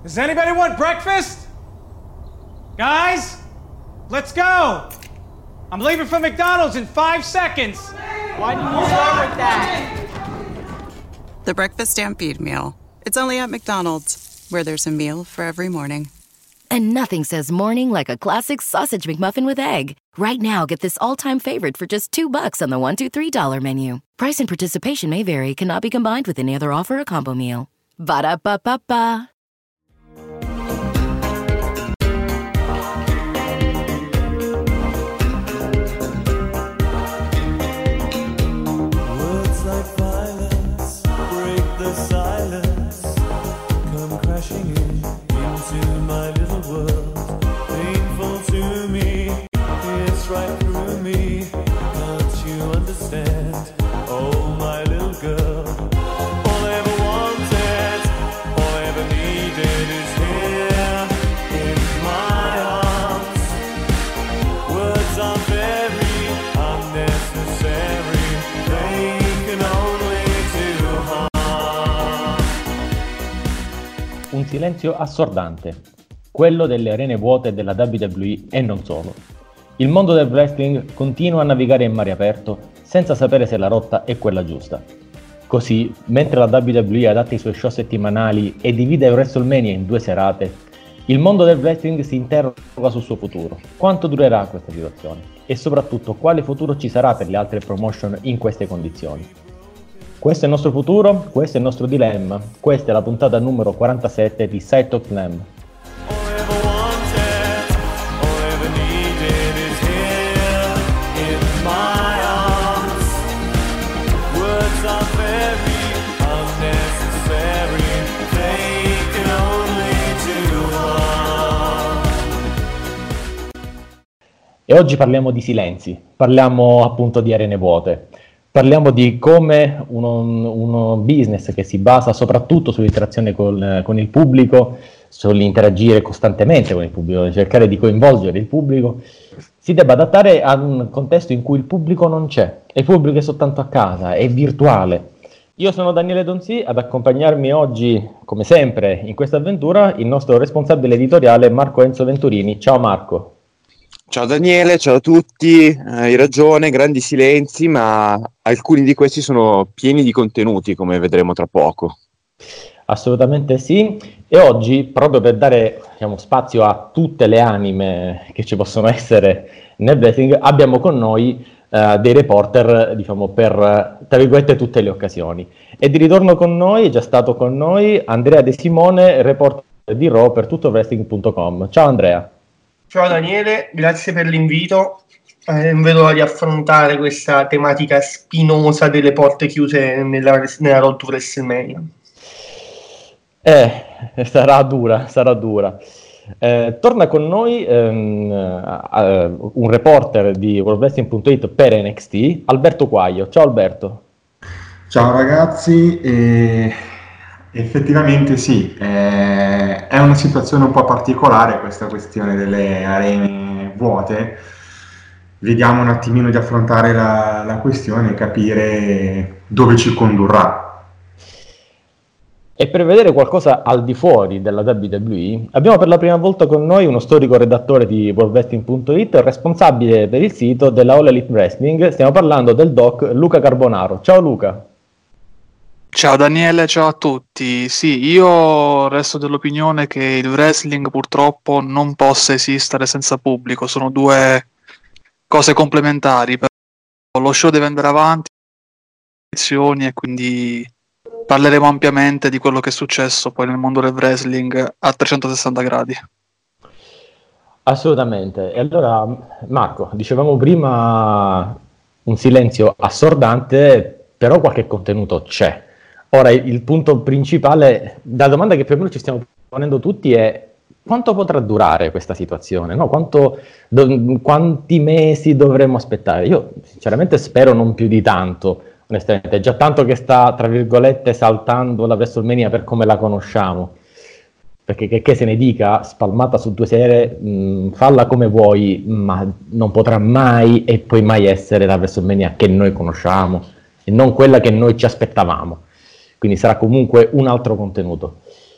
Does anybody want breakfast? Guys, let's go. I'm leaving for McDonald's in 5 seconds. Why did you start with that? The Breakfast Stampede Meal. It's only at McDonald's, where there's a meal for every morning. And nothing says morning like a classic sausage McMuffin with egg. Right now, get this all-time favorite for just $2 on the $1, $2, $3 menu. Price and participation may vary. Cannot be combined with any other offer or combo meal. Ba-da-ba-ba-ba. Words like violence break the silence, come crashing into my little world. Painful to me, it's right through me. Can't you understand? Oh, my little girl. All I ever wanted, all I ever needed is here in my arms. Words are very unnecessary, they can only do harm. Un silenzio assordante, quello delle arene vuote della WWE e non solo. Il mondo del wrestling continua a navigare in mare aperto senza sapere se la rotta è quella giusta. Così, mentre la WWE adatta i suoi show settimanali e divide WrestleMania in 2 serate, il mondo del wrestling si interroga sul suo futuro. Quanto durerà questa situazione? E soprattutto, quale futuro ci sarà per le altre promotion in queste condizioni? Questo è il nostro futuro, questo è il nostro dilemma, questa è la puntata numero 47 di Side Talk Slam. E oggi parliamo di silenzi, parliamo appunto di arene vuote, parliamo di come uno business che si basa soprattutto sull'interazione con il pubblico, sull'interagire costantemente con il pubblico, cercare di coinvolgere il pubblico, si debba adattare a un contesto in cui il pubblico non c'è, e il pubblico è soltanto a casa, è virtuale. Io sono Daniele Donzi, ad accompagnarmi oggi, come sempre, in questa avventura, il nostro responsabile editoriale Marco Enzo Venturini. Ciao Marco. Ciao Daniele, ciao a tutti, hai ragione, grandi silenzi, ma alcuni di questi sono pieni di contenuti, come vedremo tra poco. Assolutamente sì, e oggi, proprio per dare spazio a tutte le anime che ci possono essere nel wrestling, abbiamo con noi dei reporter, per, tra virgolette, tutte le occasioni. E di ritorno con noi, è già stato con noi, Andrea De Simone, reporter di Raw per tuttowrestling.com. Ciao Andrea. Ciao Daniele, grazie per l'invito. Non vedo l'ora di affrontare questa tematica spinosa delle porte chiuse nella Road to WrestleMania. Sarà dura. Torna con noi un reporter di WorldWrestling.it per NXT, Alberto Quaglio. Ciao Alberto. Ciao ragazzi, effettivamente sì, è una situazione un po' particolare questa questione delle arene vuote. Vediamo un attimino di affrontare la questione e capire dove ci condurrà. E per vedere qualcosa al di fuori della WWE, abbiamo per la prima volta con noi uno storico redattore di WorldWrestling.it, responsabile per il sito della All Elite Wrestling. Stiamo parlando del doc Luca Carbonaro. Ciao Luca. Ciao Daniele, ciao a tutti. Sì, io resto dell'opinione che il wrestling purtroppo non possa esistere senza pubblico, sono 2 cose complementari, però lo show deve andare avanti e quindi parleremo ampiamente di quello che è successo poi nel mondo del wrestling a 360 gradi. Assolutamente. E allora Marco, dicevamo prima un silenzio assordante, però qualche contenuto c'è. Ora, il punto principale, la domanda che più o meno ci stiamo ponendo tutti è: quanto potrà durare questa situazione? No? Quanti mesi dovremmo aspettare? Io sinceramente spero non più di tanto, onestamente. È già tanto che sta, tra virgolette, saltando la WrestleMania per come la conosciamo. Perché che se ne dica, spalmata su 2 sere, falla come vuoi, ma non potrà mai e poi mai essere la WrestleMania che noi conosciamo e non quella che noi ci aspettavamo. Quindi sarà comunque un altro contenuto.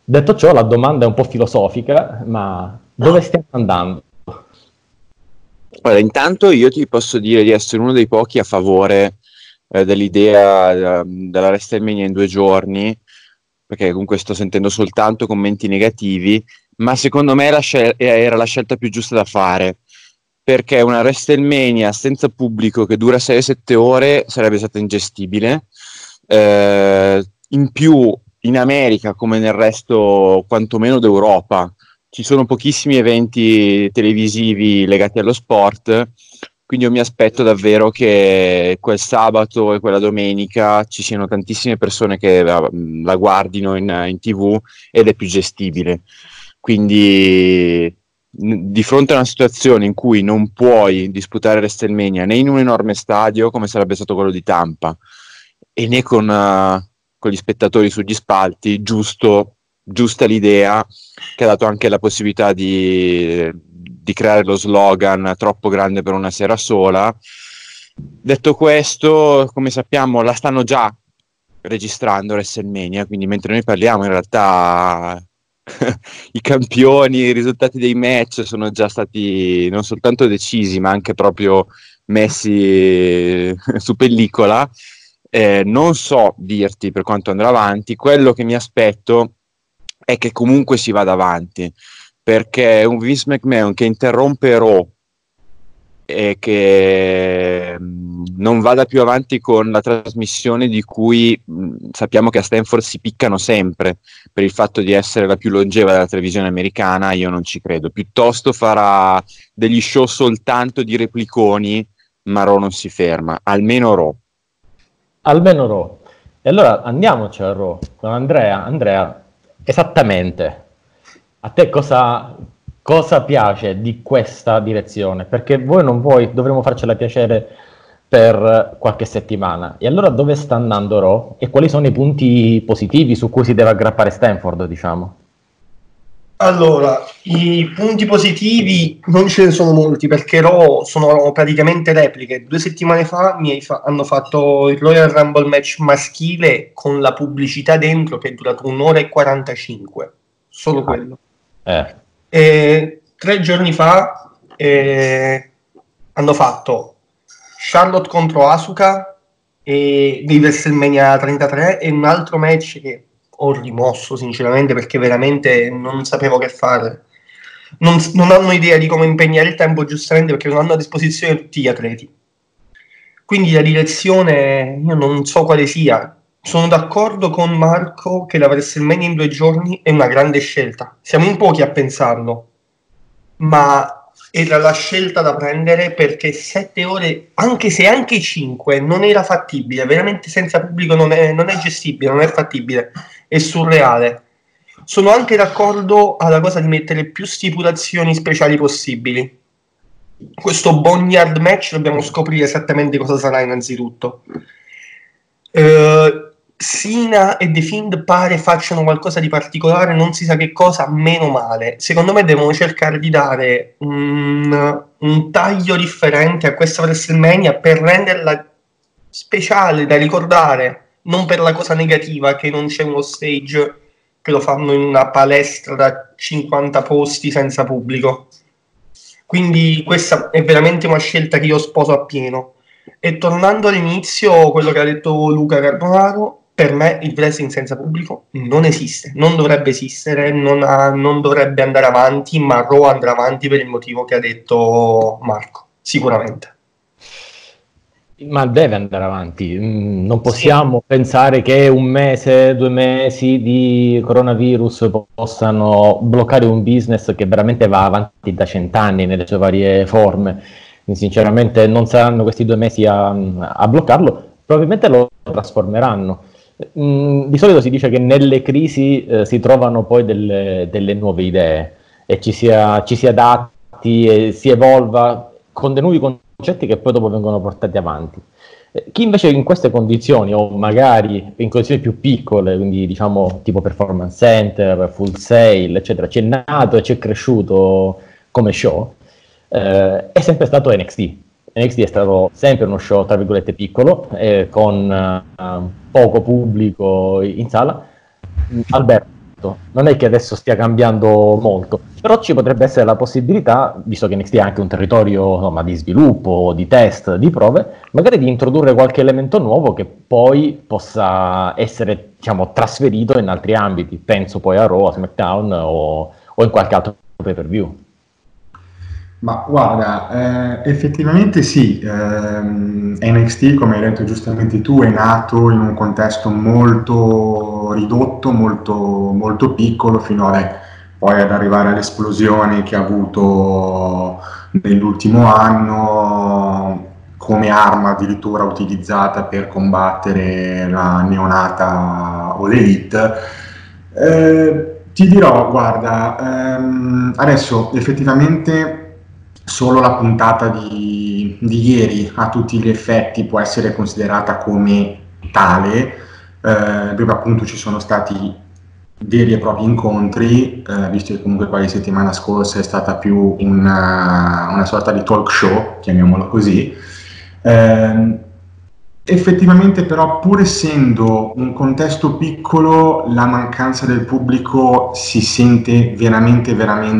Detto ciò, la domanda è un po' filosofica, ma dove stiamo andando? Guarda, intanto io ti posso dire di essere uno dei pochi a favore dell'idea della WrestleMania in 2 giorni, perché comunque sto sentendo soltanto commenti negativi, ma secondo me era la scelta più giusta da fare, perché una WrestleMania senza pubblico che dura 6-7 ore sarebbe stata ingestibile. In più, in America, come nel resto quantomeno d'Europa, ci sono pochissimi eventi televisivi legati allo sport, quindi io mi aspetto davvero che quel sabato e quella domenica ci siano tantissime persone che la guardino in TV ed è più gestibile. Quindi di fronte a una situazione in cui non puoi disputare WrestleMania né in un enorme stadio come sarebbe stato quello di Tampa e né con gli spettatori sugli spalti, giusta l'idea, che ha dato anche la possibilità di creare lo slogan troppo grande per una sera sola. Detto questo, come sappiamo, la stanno già registrando WrestleMania, quindi mentre noi parliamo in realtà i campioni, i risultati dei match sono già stati non soltanto decisi ma anche proprio messi su pellicola. Non so dirti per quanto andrà avanti. Quello che mi aspetto è che comunque si vada avanti, perché un Vince McMahon che interrompe Raw e che non vada più avanti con la trasmissione di cui sappiamo che a Stanford si piccano sempre per il fatto di essere la più longeva della televisione americana, io non ci credo. Piuttosto farà degli show soltanto di repliconi, ma Raw non si ferma, almeno Raw. E allora andiamoci a Raw con Andrea, esattamente a te cosa piace di questa direzione? Perché dovremmo farcela piacere per qualche settimana. E allora dove sta andando Raw? E quali sono i punti positivi su cui si deve aggrappare Stanford, diciamo? Allora, i punti positivi non ce ne sono molti, perché Raw sono praticamente repliche. 2 settimane fa hanno fatto il Royal Rumble match maschile con la pubblicità dentro che è durato 1 ora e 45, solo quello. 3 giorni fa hanno fatto Charlotte contro Asuka di WrestleMania 33 e un altro match che ho rimosso sinceramente perché veramente non sapevo che fare. Non hanno idea di come impegnare il tempo, giustamente perché non hanno a disposizione tutti gli atleti. Quindi la direzione io non so quale sia. Sono d'accordo con Marco che la WrestleMania in 2 giorni è una grande scelta. Siamo in pochi a pensarlo, ma era la scelta da prendere, perché 7 ore, anche se anche 5, non era fattibile. Veramente senza pubblico non è gestibile, non è fattibile, è surreale. Sono anche d'accordo alla cosa di mettere più stipulazioni speciali possibili. Questo Boneyard match dobbiamo scoprire esattamente cosa sarà innanzitutto. Sina e The Fiend pare facciano qualcosa di particolare, non si sa che cosa, meno male. Secondo me devono cercare di dare un taglio differente a questa WrestleMania per renderla speciale da ricordare, non per la cosa negativa che non c'è uno stage, che lo fanno in una palestra da 50 posti senza pubblico. Quindi questa è veramente una scelta che io sposo appieno. E tornando all'inizio, quello che ha detto Luca Carbonaro, per me il wrestling senza pubblico non esiste, non dovrebbe esistere, non dovrebbe andare avanti, ma Raw andrà avanti per il motivo che ha detto Marco, sicuramente. Ma deve andare avanti, non possiamo pensare che 1 mese, 2 mesi di coronavirus possano bloccare un business che veramente va avanti da 100 anni nelle sue varie forme. Quindi, sinceramente non saranno questi 2 mesi a bloccarlo, probabilmente lo trasformeranno. Di solito si dice che nelle crisi si trovano poi delle nuove idee e ci si adatti e si evolva con dei nuovi concetti che poi dopo vengono portati avanti. Chi invece in queste condizioni, o magari in condizioni più piccole, quindi diciamo tipo Performance Center, Full Sail, eccetera, c'è nato e c'è cresciuto come show, è sempre stato NXT. NXT è stato sempre uno show tra virgolette piccolo, con poco pubblico in sala. Alberto, non è che adesso stia cambiando molto, però ci potrebbe essere la possibilità, visto che NXT è anche un territorio insomma, di sviluppo, di test, di prove, magari di introdurre qualche elemento nuovo che poi possa essere, diciamo, trasferito in altri ambiti, penso poi a Raw, a SmackDown o in qualche altro pay-per-view. Ma guarda, effettivamente sì, NXT, come hai detto giustamente tu, è nato in un contesto molto ridotto, molto, molto piccolo, fino poi ad arrivare all'esplosione che ha avuto nell'ultimo anno, come arma addirittura utilizzata per combattere la neonata All Elite. Ti dirò, guarda, adesso effettivamente solo la puntata di ieri a tutti gli effetti può essere considerata come tale, dove appunto ci sono stati veri e propri incontri, visto che comunque quella di settimana scorsa è stata più una sorta di talk show, chiamiamolo così. Effettivamente però, pur essendo un contesto piccolo, la mancanza del pubblico si sente veramente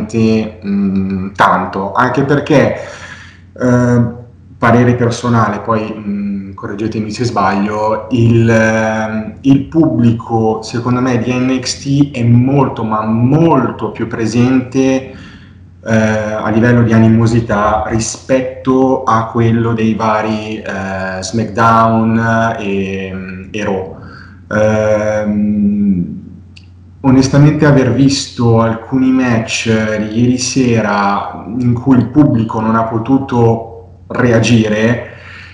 tanto, anche perché parere personale, poi correggetemi se sbaglio, il pubblico secondo me di NXT è molto ma molto più presente a livello di animosità rispetto a quello dei vari SmackDown e Raw. Onestamente aver visto alcuni match di ieri sera in cui il pubblico non ha potuto reagire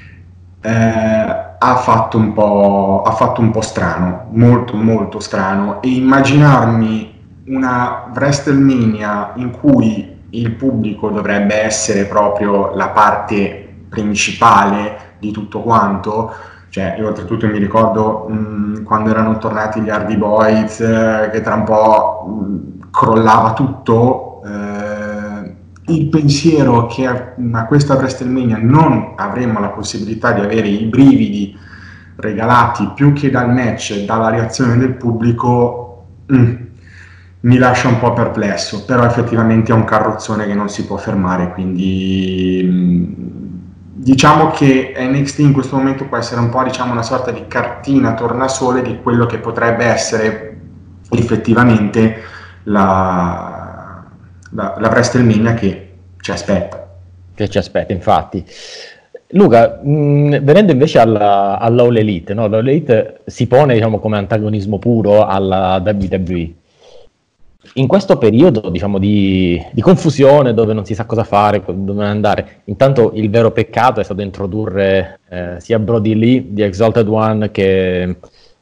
ha fatto un po' strano, molto molto strano, e immaginarmi una WrestleMania in cui il pubblico dovrebbe essere proprio la parte principale di tutto quanto, cioè io oltretutto mi ricordo quando erano tornati gli Hardy Boys che tra un po' crollava tutto, il pensiero che a questa WrestleMania non avremmo la possibilità di avere i brividi regalati più che dal match, dalla reazione del pubblico, mi lascia un po' perplesso, però effettivamente è un carrozzone che non si può fermare, quindi diciamo che NXT in questo momento può essere un po', diciamo, una sorta di cartina tornasole di quello che potrebbe essere effettivamente la WrestleMania che ci aspetta. Infatti. Luca, venendo invece alla All Elite, no? L'All Elite si pone, diciamo, come antagonismo puro alla WWE. In questo periodo, diciamo, di confusione, dove non si sa cosa fare, dove andare, intanto il vero peccato è stato introdurre sia Brody Lee di Exalted One che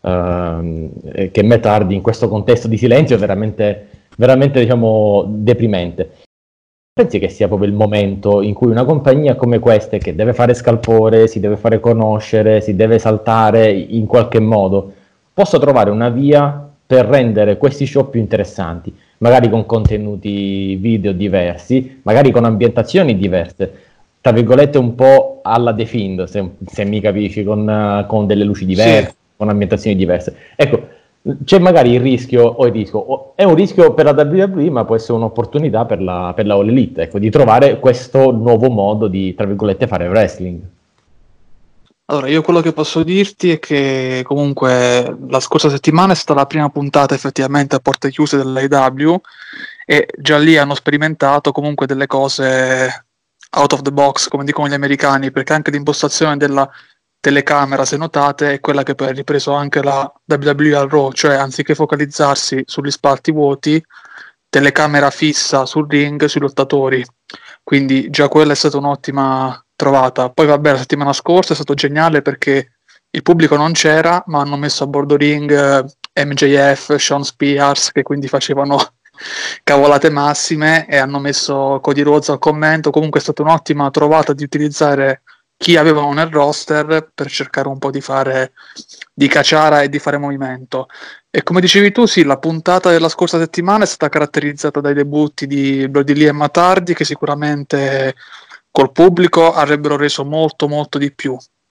Matt Hardy in questo contesto di silenzio veramente, diciamo, deprimente. Pensi che sia proprio il momento in cui una compagnia come questa, che deve fare scalpore, si deve fare conoscere, si deve esaltare in qualche modo, possa trovare una via per rendere questi show più interessanti, magari con contenuti video diversi, magari con ambientazioni diverse, tra virgolette un po' alla The Fiend, se mi capisci, con delle luci diverse, sì, con ambientazioni diverse. Ecco, c'è magari il rischio, è un rischio per la WWE, ma può essere un'opportunità per la All Elite, ecco, di trovare questo nuovo modo di, tra virgolette, fare wrestling. Allora, io quello che posso dirti è che comunque la scorsa settimana è stata la prima puntata effettivamente a porte chiuse dell'AEW e già lì hanno sperimentato comunque delle cose out of the box, come dicono gli americani, perché anche l'impostazione della telecamera, se notate, è quella che poi ha ripreso anche la WWE al Raw, cioè anziché focalizzarsi sugli spalti vuoti, telecamera fissa sul ring, sui lottatori, quindi già quella è stata un'ottima trovata. Poi vabbè, la settimana scorsa è stato geniale perché il pubblico non c'era, ma hanno messo a bordo ring MJF, Sean Spears, che quindi facevano cavolate massime, e hanno messo Cody Rhodes al commento. Comunque è stata un'ottima trovata di utilizzare chi avevano nel roster per cercare un po' di cacciara e di fare movimento. E come dicevi tu, sì, la puntata della scorsa settimana è stata caratterizzata dai debutti di Brody Lee e Matt Hardy, che sicuramente col pubblico avrebbero reso molto molto di più.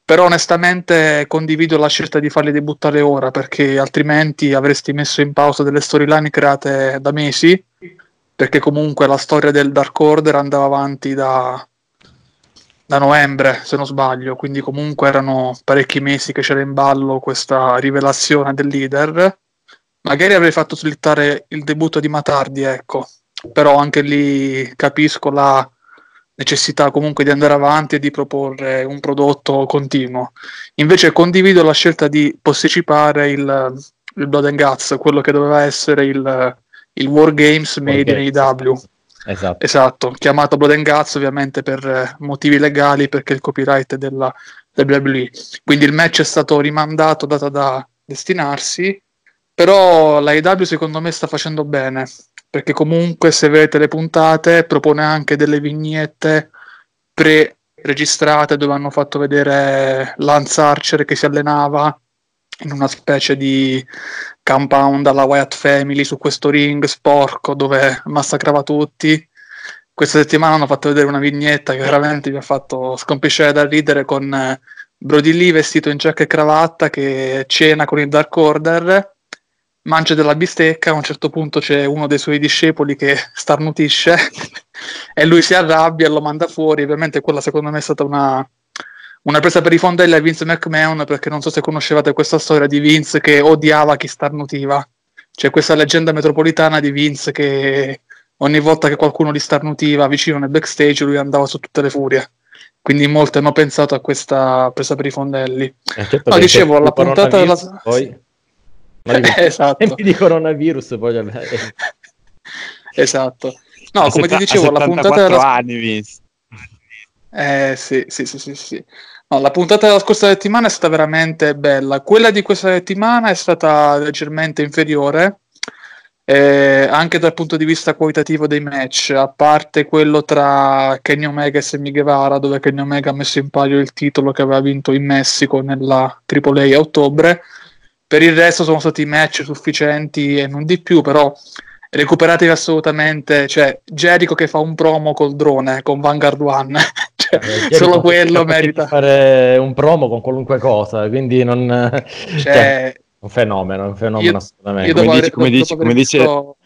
Però onestamente condivido la scelta di farli debuttare ora, perché altrimenti avresti messo in pausa delle storyline create da mesi, perché comunque la storia del Dark Order andava avanti da novembre, se non sbaglio, quindi comunque erano parecchi mesi che c'era in ballo questa rivelazione del leader. Magari avrei fatto slittare il debutto di Matardi, ecco, però anche lì capisco la necessità comunque di andare avanti e di proporre un prodotto continuo. Invece condivido la scelta di posticipare il Blood and Guts, quello che doveva essere il War Games made in AEW. Esatto, chiamato Blood and Guts ovviamente per motivi legali, perché il copyright è della WWE. Quindi il match è stato rimandato, data da destinarsi, però la AEW secondo me sta facendo bene, perché comunque se vedete le puntate propone anche delle vignette pre-registrate dove hanno fatto vedere Lance Archer che si allenava in una specie di compound alla Wyatt Family su questo ring sporco dove massacrava tutti. Questa settimana hanno fatto vedere una vignetta che veramente mi ha fatto scompisciare da ridere, con Brody Lee vestito in giacca e cravatta che cena con il Dark Order, mangia della bistecca. A un certo punto c'è uno dei suoi discepoli che starnutisce e lui si arrabbia e lo manda fuori. Ovviamente quella secondo me è stata una presa per i fondelli a Vince McMahon, perché non so se conoscevate questa storia di Vince che odiava chi starnutiva. C'è questa leggenda metropolitana di Vince che ogni volta che qualcuno gli starnutiva vicino nel backstage lui andava su tutte le furie. Quindi molti hanno pensato a questa presa per i fondelli. Certo, no, dicevo, la puntata della... Poi... esatto. di coronavirus poi... esatto. No, come ti dicevo, la puntata della... anni, Vince. Sì. No, la puntata della scorsa settimana è stata veramente bella. Quella di questa settimana è stata leggermente inferiore, anche dal punto di vista qualitativo dei match, a parte quello tra Kenny Omega e Sammy Guevara, dove Kenny Omega ha messo in palio il titolo che aveva vinto in Messico nella AAA a ottobre. Per il resto sono stati match sufficienti e non di più, però recuperatevi assolutamente. Cioè, Jericho che fa un promo col drone con Vanguard One, cioè, solo quello merita. Fare un promo con qualunque cosa, quindi non... cioè, un fenomeno assolutamente. Come dice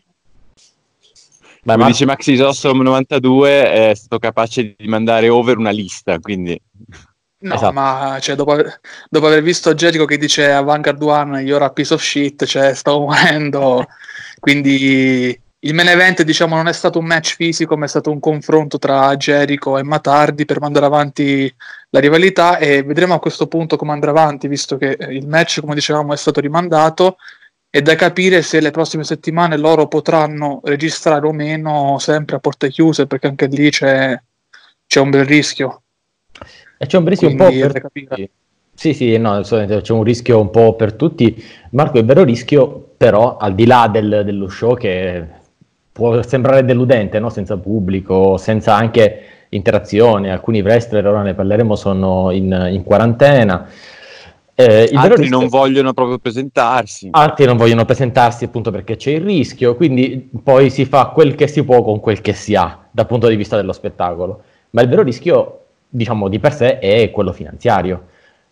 Maxi Zossom 92, è stato capace di mandare over una lista, quindi... No, esatto. Ma cioè, dopo aver visto Jericho che dice a Vanguard One you're a piece of shit, cioè stavo morendo. Quindi il main event, diciamo, non è stato un match fisico, ma è stato un confronto tra Jericho e Matardi per mandare avanti la rivalità, e vedremo a questo punto come andrà avanti, visto che il match, come dicevamo, è stato rimandato. È da capire se le prossime settimane loro potranno registrare o meno sempre a porte chiuse, perché anche lì c'è un bel rischio. E c'è un rischio un po' per tutti. Sì, no, c'è un rischio un po' per tutti. Marco, il vero rischio, però, al di là dello show, che può sembrare deludente, no? Senza pubblico, senza anche interazione. Alcuni wrestler, ora ne parleremo, sono in quarantena. Altri non vogliono proprio presentarsi. Altri non vogliono presentarsi appunto perché c'è il rischio, quindi poi si fa quel che si può con quel che si ha dal punto di vista dello spettacolo. Ma il vero rischio, diciamo, di per sé è quello finanziario.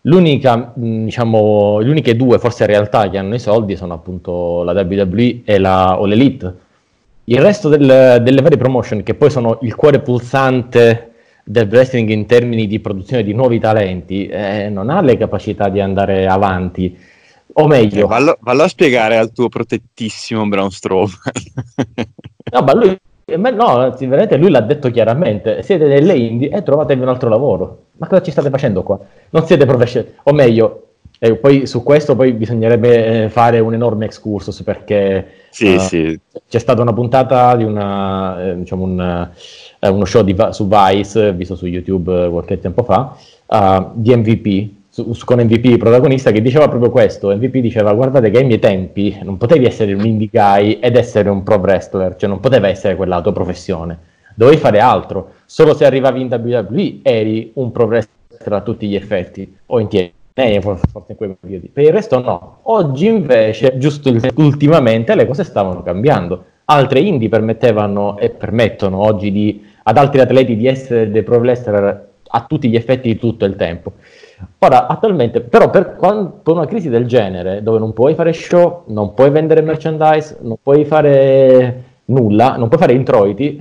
Le uniche due forse realtà che hanno i soldi sono appunto la WWE e All Elite. Il resto delle varie promotion, che poi sono il cuore pulsante del wrestling in termini di produzione di nuovi talenti, non ha le capacità di andare avanti, o meglio... Vallo a spiegare al tuo protettissimo Braun Strowman. No, ma lui... No, veramente lui l'ha detto chiaramente: siete delle indie e trovatevi un altro lavoro. Ma cosa ci state facendo qua? Non siete professionisti, o meglio, poi su questo poi bisognerebbe fare un enorme excursus, perché sì. C'è stata una puntata di uno show su Vice, visto su YouTube qualche tempo fa, di MVP, con MVP protagonista, che diceva proprio questo. MVP diceva: guardate che ai miei tempi non potevi essere un indie guy ed essere un pro wrestler, cioè non poteva essere quella la tua professione, dovevi fare altro. Solo se arrivavi in WWE eri un pro wrestler a tutti gli effetti, o in TNA forse in quei periodi. Per il resto no. Oggi invece, giusto ultimamente, le cose stavano cambiando. Altre indie permettevano e permettono oggi ad altri atleti di essere dei pro wrestler a tutti gli effetti di tutto il tempo. Ora, attualmente, però per una crisi del genere, dove non puoi fare show, non puoi vendere merchandise, non puoi fare nulla, non puoi fare introiti,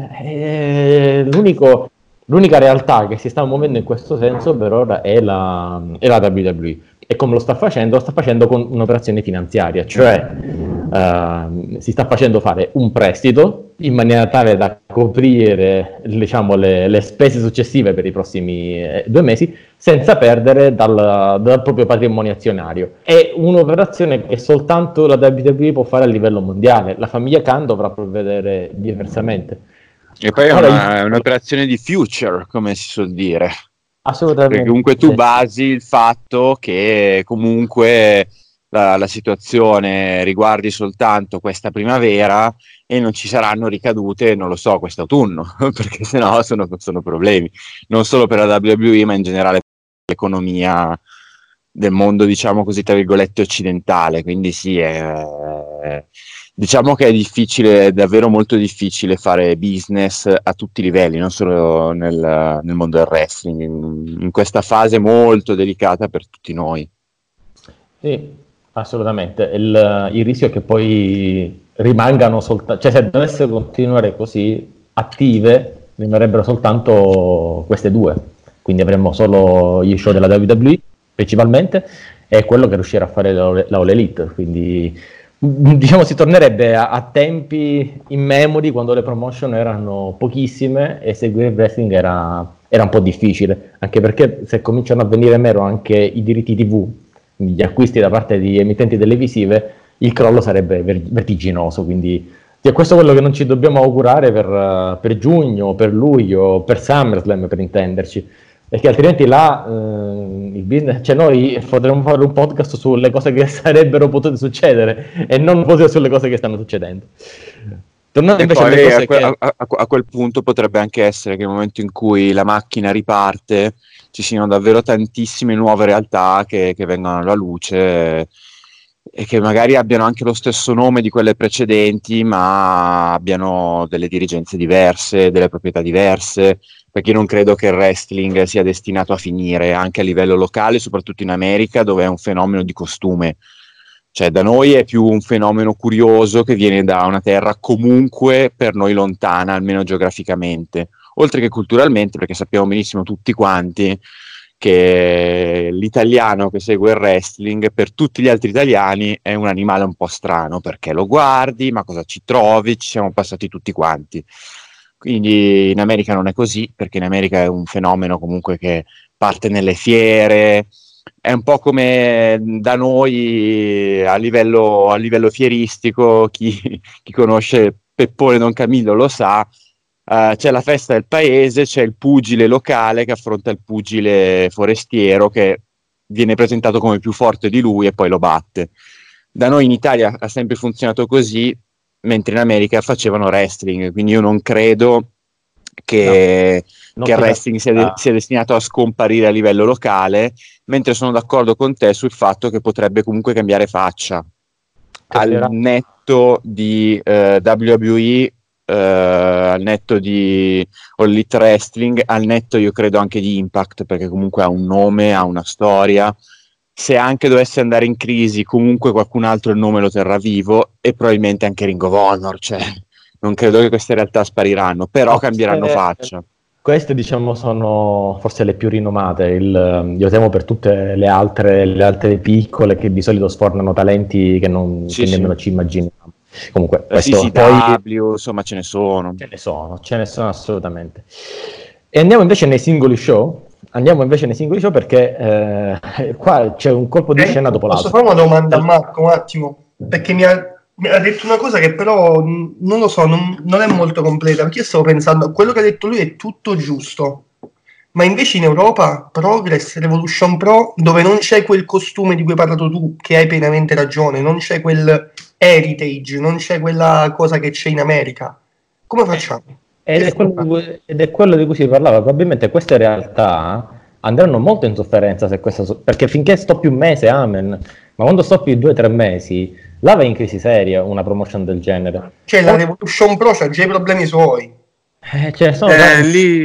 l'unica realtà che si sta muovendo in questo senso per ora è la WWE. E come lo sta facendo? Lo sta facendo con un'operazione finanziaria, cioè si sta facendo fare un prestito in maniera tale da coprire, diciamo, le spese successive per i prossimi 2 mesi senza perdere dal proprio patrimonio azionario. È un'operazione che soltanto la WWE può fare a livello mondiale, la famiglia Khan dovrà provvedere diversamente. E poi è un'operazione di future, come si suol dire. Assolutamente. Perché comunque tu basi il fatto che comunque la situazione riguardi soltanto questa primavera e non ci saranno ricadute, non lo so, quest'autunno, perché sennò sono problemi, non solo per la WWE ma in generale per l'economia del mondo, diciamo così, tra virgolette, occidentale. Quindi sì, diciamo che è difficile, è davvero molto difficile fare business a tutti i livelli, non solo nel mondo del wrestling, in questa fase molto delicata per tutti noi. Sì, assolutamente. Il rischio è che poi rimangano soltanto, cioè se dovesse continuare così attive, rimarrebbero soltanto queste due. Quindi avremmo solo gli show della WWE principalmente e quello che riuscirà a fare la All Elite. Quindi diciamo si tornerebbe a tempi immemori, quando le promotion erano pochissime e seguire il wrestling era un po' difficile, anche perché se cominciano a venire meno anche i diritti TV, quindi gli acquisti da parte di emittenti televisive, il crollo sarebbe vertiginoso. Quindi questo è quello che non ci dobbiamo augurare per giugno, per luglio, per SummerSlam, per intenderci, perché altrimenti là il business, cioè noi potremmo fare un podcast sulle cose che sarebbero potute succedere e non sulle cose che stanno succedendo. Tornando invece alle cose a quel punto potrebbe anche essere che nel momento in cui la macchina riparte ci siano davvero tantissime nuove realtà che vengono alla luce e che magari abbiano anche lo stesso nome di quelle precedenti, ma abbiano delle dirigenze diverse, delle proprietà diverse, perché io non credo che il wrestling sia destinato a finire anche a livello locale, soprattutto in America, dove è un fenomeno di costume. Cioè da noi è più un fenomeno curioso che viene da una terra comunque per noi lontana, almeno geograficamente, oltre che culturalmente, perché sappiamo benissimo tutti quanti che l'italiano che segue il wrestling per tutti gli altri italiani è un animale un po' strano, perché lo guardi, ma cosa ci trovi? Ci siamo passati tutti quanti. Quindi in America non è così, perché in America è un fenomeno comunque che parte nelle fiere, è un po' come da noi a livello fieristico, chi conosce Peppone Don Camillo lo sa. C'è la festa del paese, c'è il pugile locale che affronta il pugile forestiero che viene presentato come più forte di lui e poi lo batte. Da noi in Italia ha sempre funzionato così, mentre in America facevano wrestling, quindi io non credo che il wrestling sia destinato a scomparire a livello locale, mentre sono d'accordo con te sul fatto che potrebbe comunque cambiare faccia al netto di WWE, al netto di All Elite Wrestling, al netto io credo anche di Impact, perché comunque ha un nome, ha una storia. Se anche dovesse andare in crisi, comunque qualcun altro il nome lo terrà vivo, e probabilmente anche Ring of Honor, cioè non credo che queste realtà spariranno, però cambieranno faccia. Queste diciamo sono forse le più rinomate, io temo per tutte le altre piccole che di solito sfornano talenti che nemmeno ci immaginiamo. Comunque questo CCW, insomma ce ne sono assolutamente. E andiamo invece nei singoli show. Perché qua c'è un colpo di scena dopo l'altro. Posso fare una domanda a Marco un attimo? Perché mi ha detto una cosa che però non lo so, non è molto completa, perché io stavo pensando, quello che ha detto lui è tutto giusto, ma invece in Europa Progress, Revolution Pro, dove non c'è quel costume di cui hai parlato tu, che hai pienamente ragione, non c'è quel heritage, non c'è quella cosa che c'è in America, come facciamo? Ed è quello di cui si parlava. Probabilmente queste realtà andranno molto in sofferenza perché finché stoppi un mese, amen, ma quando stoppi 2 o 3 mesi, là vai in crisi seria una promotion del genere. Cioè la Revolution Pro c'ha già i problemi suoi. Lì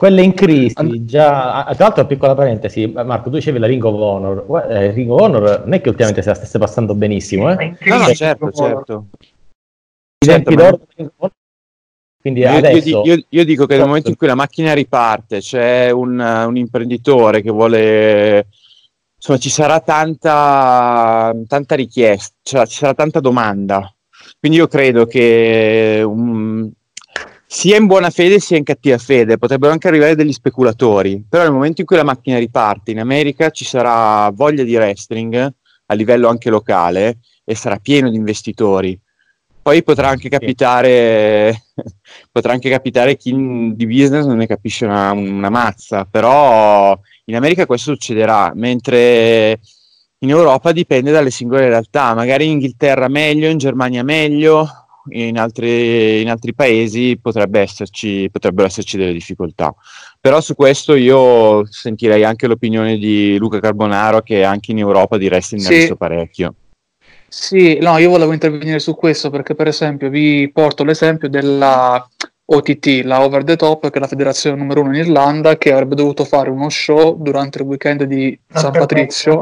quelle in crisi già. Tra l'altro, piccola parentesi, Marco, tu dicevi la Ring of Honor. Ring of Honor non è che ultimamente se la stesse passando benissimo, No, certo. I tempi d'oro, quindi adesso Io dico che nel momento in cui la macchina riparte, c'è un imprenditore che vuole, insomma, ci sarà tanta richiesta, ci sarà tanta domanda. Quindi io credo che sia in buona fede sia in cattiva fede potrebbero anche arrivare degli speculatori, però nel momento in cui la macchina riparte in America ci sarà voglia di wrestling a livello anche locale e sarà pieno di investitori. Poi potrà anche capitare chi di business non ne capisce una mazza, però in America questo succederà, mentre in Europa dipende dalle singole realtà, magari in Inghilterra meglio, in Germania meglio, in altri paesi potrebbero esserci delle difficoltà. Però su questo io sentirei anche l'opinione di Luca Carbonaro, che anche in Europa di wrestling ne ha visto parecchio. Sì, no, io volevo intervenire su questo perché per esempio vi porto l'esempio della OTT, la Over the Top, che è la federazione numero 1 in Irlanda, che avrebbe dovuto fare uno show durante il weekend di San Patrizio,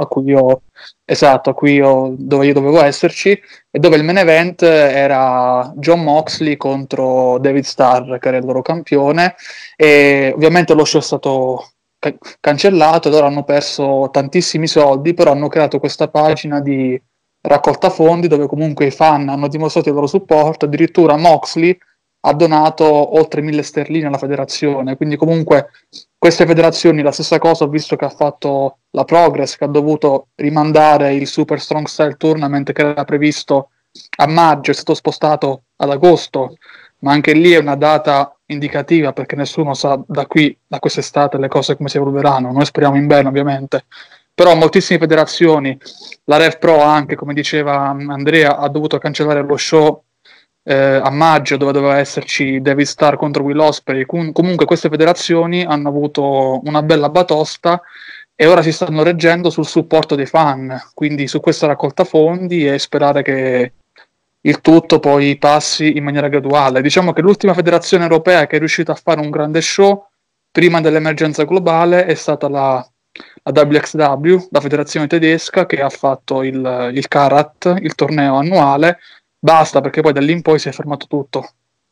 dove io dovevo esserci, e dove il main event era John Moxley contro David Starr, che era il loro campione, e ovviamente lo show è stato cancellato e loro hanno perso tantissimi soldi, però hanno creato questa pagina di raccolta fondi dove comunque i fan hanno dimostrato il loro supporto. Addirittura Moxley ha donato oltre 1.000 sterline alla federazione, quindi comunque queste federazioni, la stessa cosa ho visto che ha fatto la Progress, che ha dovuto rimandare il Super Strong Style Tournament che era previsto a maggio, è stato spostato ad agosto, ma anche lì è una data indicativa perché nessuno sa da quest'estate le cose come si evolveranno. Noi speriamo in bene ovviamente, però moltissime federazioni, la Rev Pro anche, come diceva Andrea, ha dovuto cancellare lo show a maggio dove doveva esserci David Starr contro Will Ospreay. Comunque queste federazioni hanno avuto una bella batosta e ora si stanno reggendo sul supporto dei fan, quindi su questa raccolta fondi, e sperare che il tutto poi passi in maniera graduale. Diciamo che l'ultima federazione europea che è riuscita a fare un grande show prima dell'emergenza globale è stata la WXW, la federazione tedesca, che ha fatto il Karat, il torneo annuale. Basta, perché poi da lì in poi si è fermato tutto.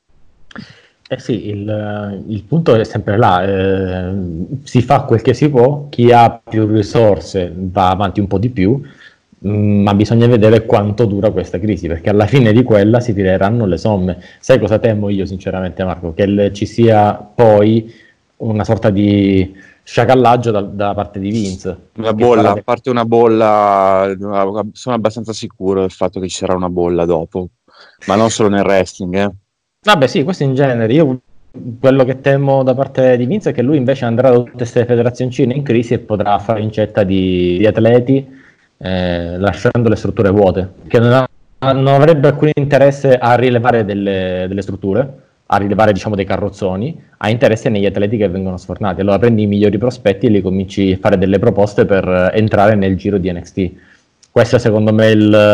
Sì, il punto è sempre là, si fa quel che si può, chi ha più risorse va avanti un po' di più, ma bisogna vedere quanto dura questa crisi, perché alla fine di quella si tireranno le somme. Sai cosa temo io sinceramente, Marco? Che ci sia poi una sorta di sciacallaggio da parte di Vince. Una bolla, a parte una bolla, sono abbastanza sicuro del fatto che ci sarà una bolla dopo, ma non solo nel wrestling. Vabbè sì, questo in genere. Io quello che temo da parte di Vince è che lui invece andrà da tutte queste federazioncine in crisi e potrà fare incetta di atleti, lasciando le strutture vuote, che non avrebbe alcun interesse a rilevare delle strutture, a rilevare diciamo dei carrozzoni, ha interesse negli atleti che vengono sfornati. Allora prendi i migliori prospetti e li cominci a fare delle proposte per entrare nel giro di NXT. Questo è secondo me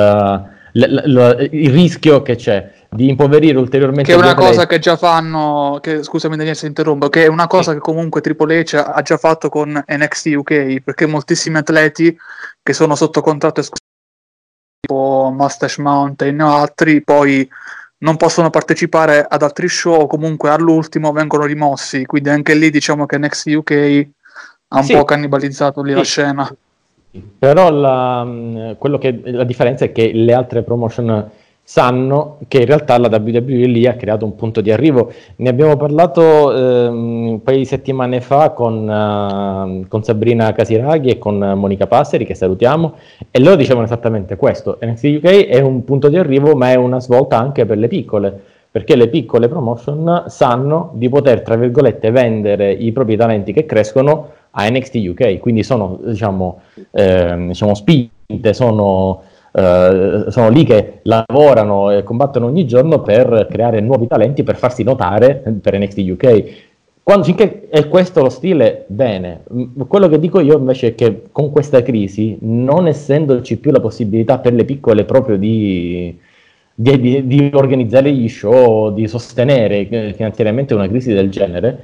il rischio che c'è, di impoverire ulteriormente. Che è una cosa che già fanno, scusami Daniele se interrompo, che è una cosa che comunque Triple H ha già fatto con NXT UK, perché moltissimi atleti che sono sotto contratto esclusivo, tipo Mustache Mountain o altri, poi non possono partecipare ad altri show, o comunque all'ultimo vengono rimossi, quindi anche lì diciamo che NXT UK ha un po' cannibalizzato lì la scena. Però la differenza è che le altre promotion sanno che in realtà la WWE lì ha creato un punto di arrivo. Ne abbiamo parlato un paio di settimane fa con Sabrina Casiraghi e con Monica Passeri, che salutiamo, e loro dicevano esattamente questo: NXT UK è un punto di arrivo, ma è una svolta anche per le piccole, perché le piccole promotion sanno di poter, tra virgolette, vendere i propri talenti che crescono a NXT UK, quindi sono diciamo spinte, sono lì che lavorano e combattono ogni giorno per creare nuovi talenti, per farsi notare per NXT UK. Finché è questo lo stile, bene. Quello che dico io invece è che con questa crisi, non essendoci più la possibilità per le piccole proprio di organizzare gli show, di sostenere finanziariamente una crisi del genere,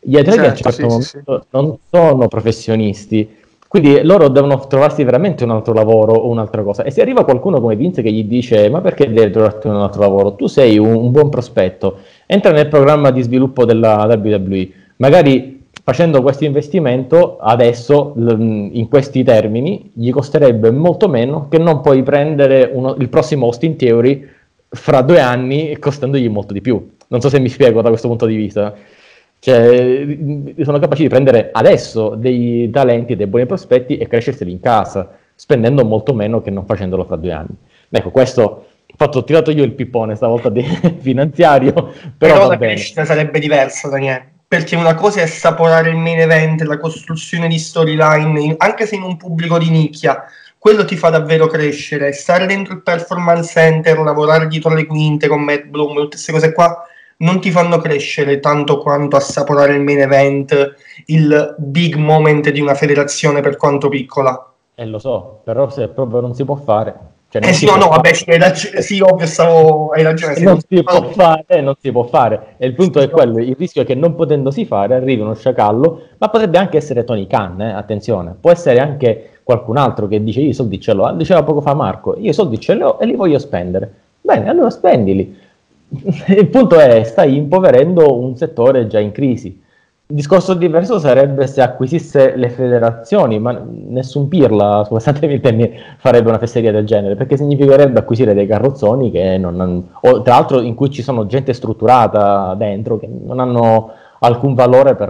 Gli atleti a un Certo, certo sì, momento non sono professionisti, quindi loro devono trovarsi veramente un altro lavoro o un'altra cosa. E se arriva qualcuno come Vince che gli dice ma perché devi trovarti un altro lavoro? Tu sei un buon prospetto, entra nel programma di sviluppo della WWE, magari facendo questo investimento adesso in questi termini gli costerebbe molto meno che non puoi prendere il prossimo Austin Theory fra 2 anni costandogli molto di più. Non so se mi spiego da questo punto di vista. Cioè, sono capaci di prendere adesso dei talenti, dei buoni prospetti e crescerseli in casa, spendendo molto meno che non facendolo fra 2 anni. Ecco, questo ho tirato io il pippone stavolta finanziario, però va la bene. crescita sarebbe diversa, Daniele, perché una cosa è assaporare il main event, la costruzione di storyline, anche se in un pubblico di nicchia, quello ti fa davvero crescere. Stare dentro il performance center, lavorare dietro le quinte con Matt Bloom, tutte queste cose qua non ti fanno crescere tanto quanto assaporare il main event, il big moment di una federazione per quanto piccola. Lo so, però se proprio non si può fare. Cioè, non Sì, si no, può no, fare. vabbè, sì, ovvio, hai ragione. Se Non si può fare, non si può fare. E il punto è quello, il rischio è che non potendosi fare arrivi uno sciacallo, ma potrebbe anche essere Tony Khan, attenzione. Può essere anche qualcun altro che dice io i soldi ce l'ho, diceva poco fa Marco, io i soldi ce li ho e li voglio spendere. Bene, allora spendili. Il punto è, stai impoverendo un settore già in crisi. Il discorso diverso sarebbe se acquisisse le federazioni, ma nessun pirla, scusatemi il termine, farebbe una fesseria del genere, perché significherebbe acquisire dei carrozzoni che o tra l'altro in cui ci sono gente strutturata dentro che non hanno alcun valore per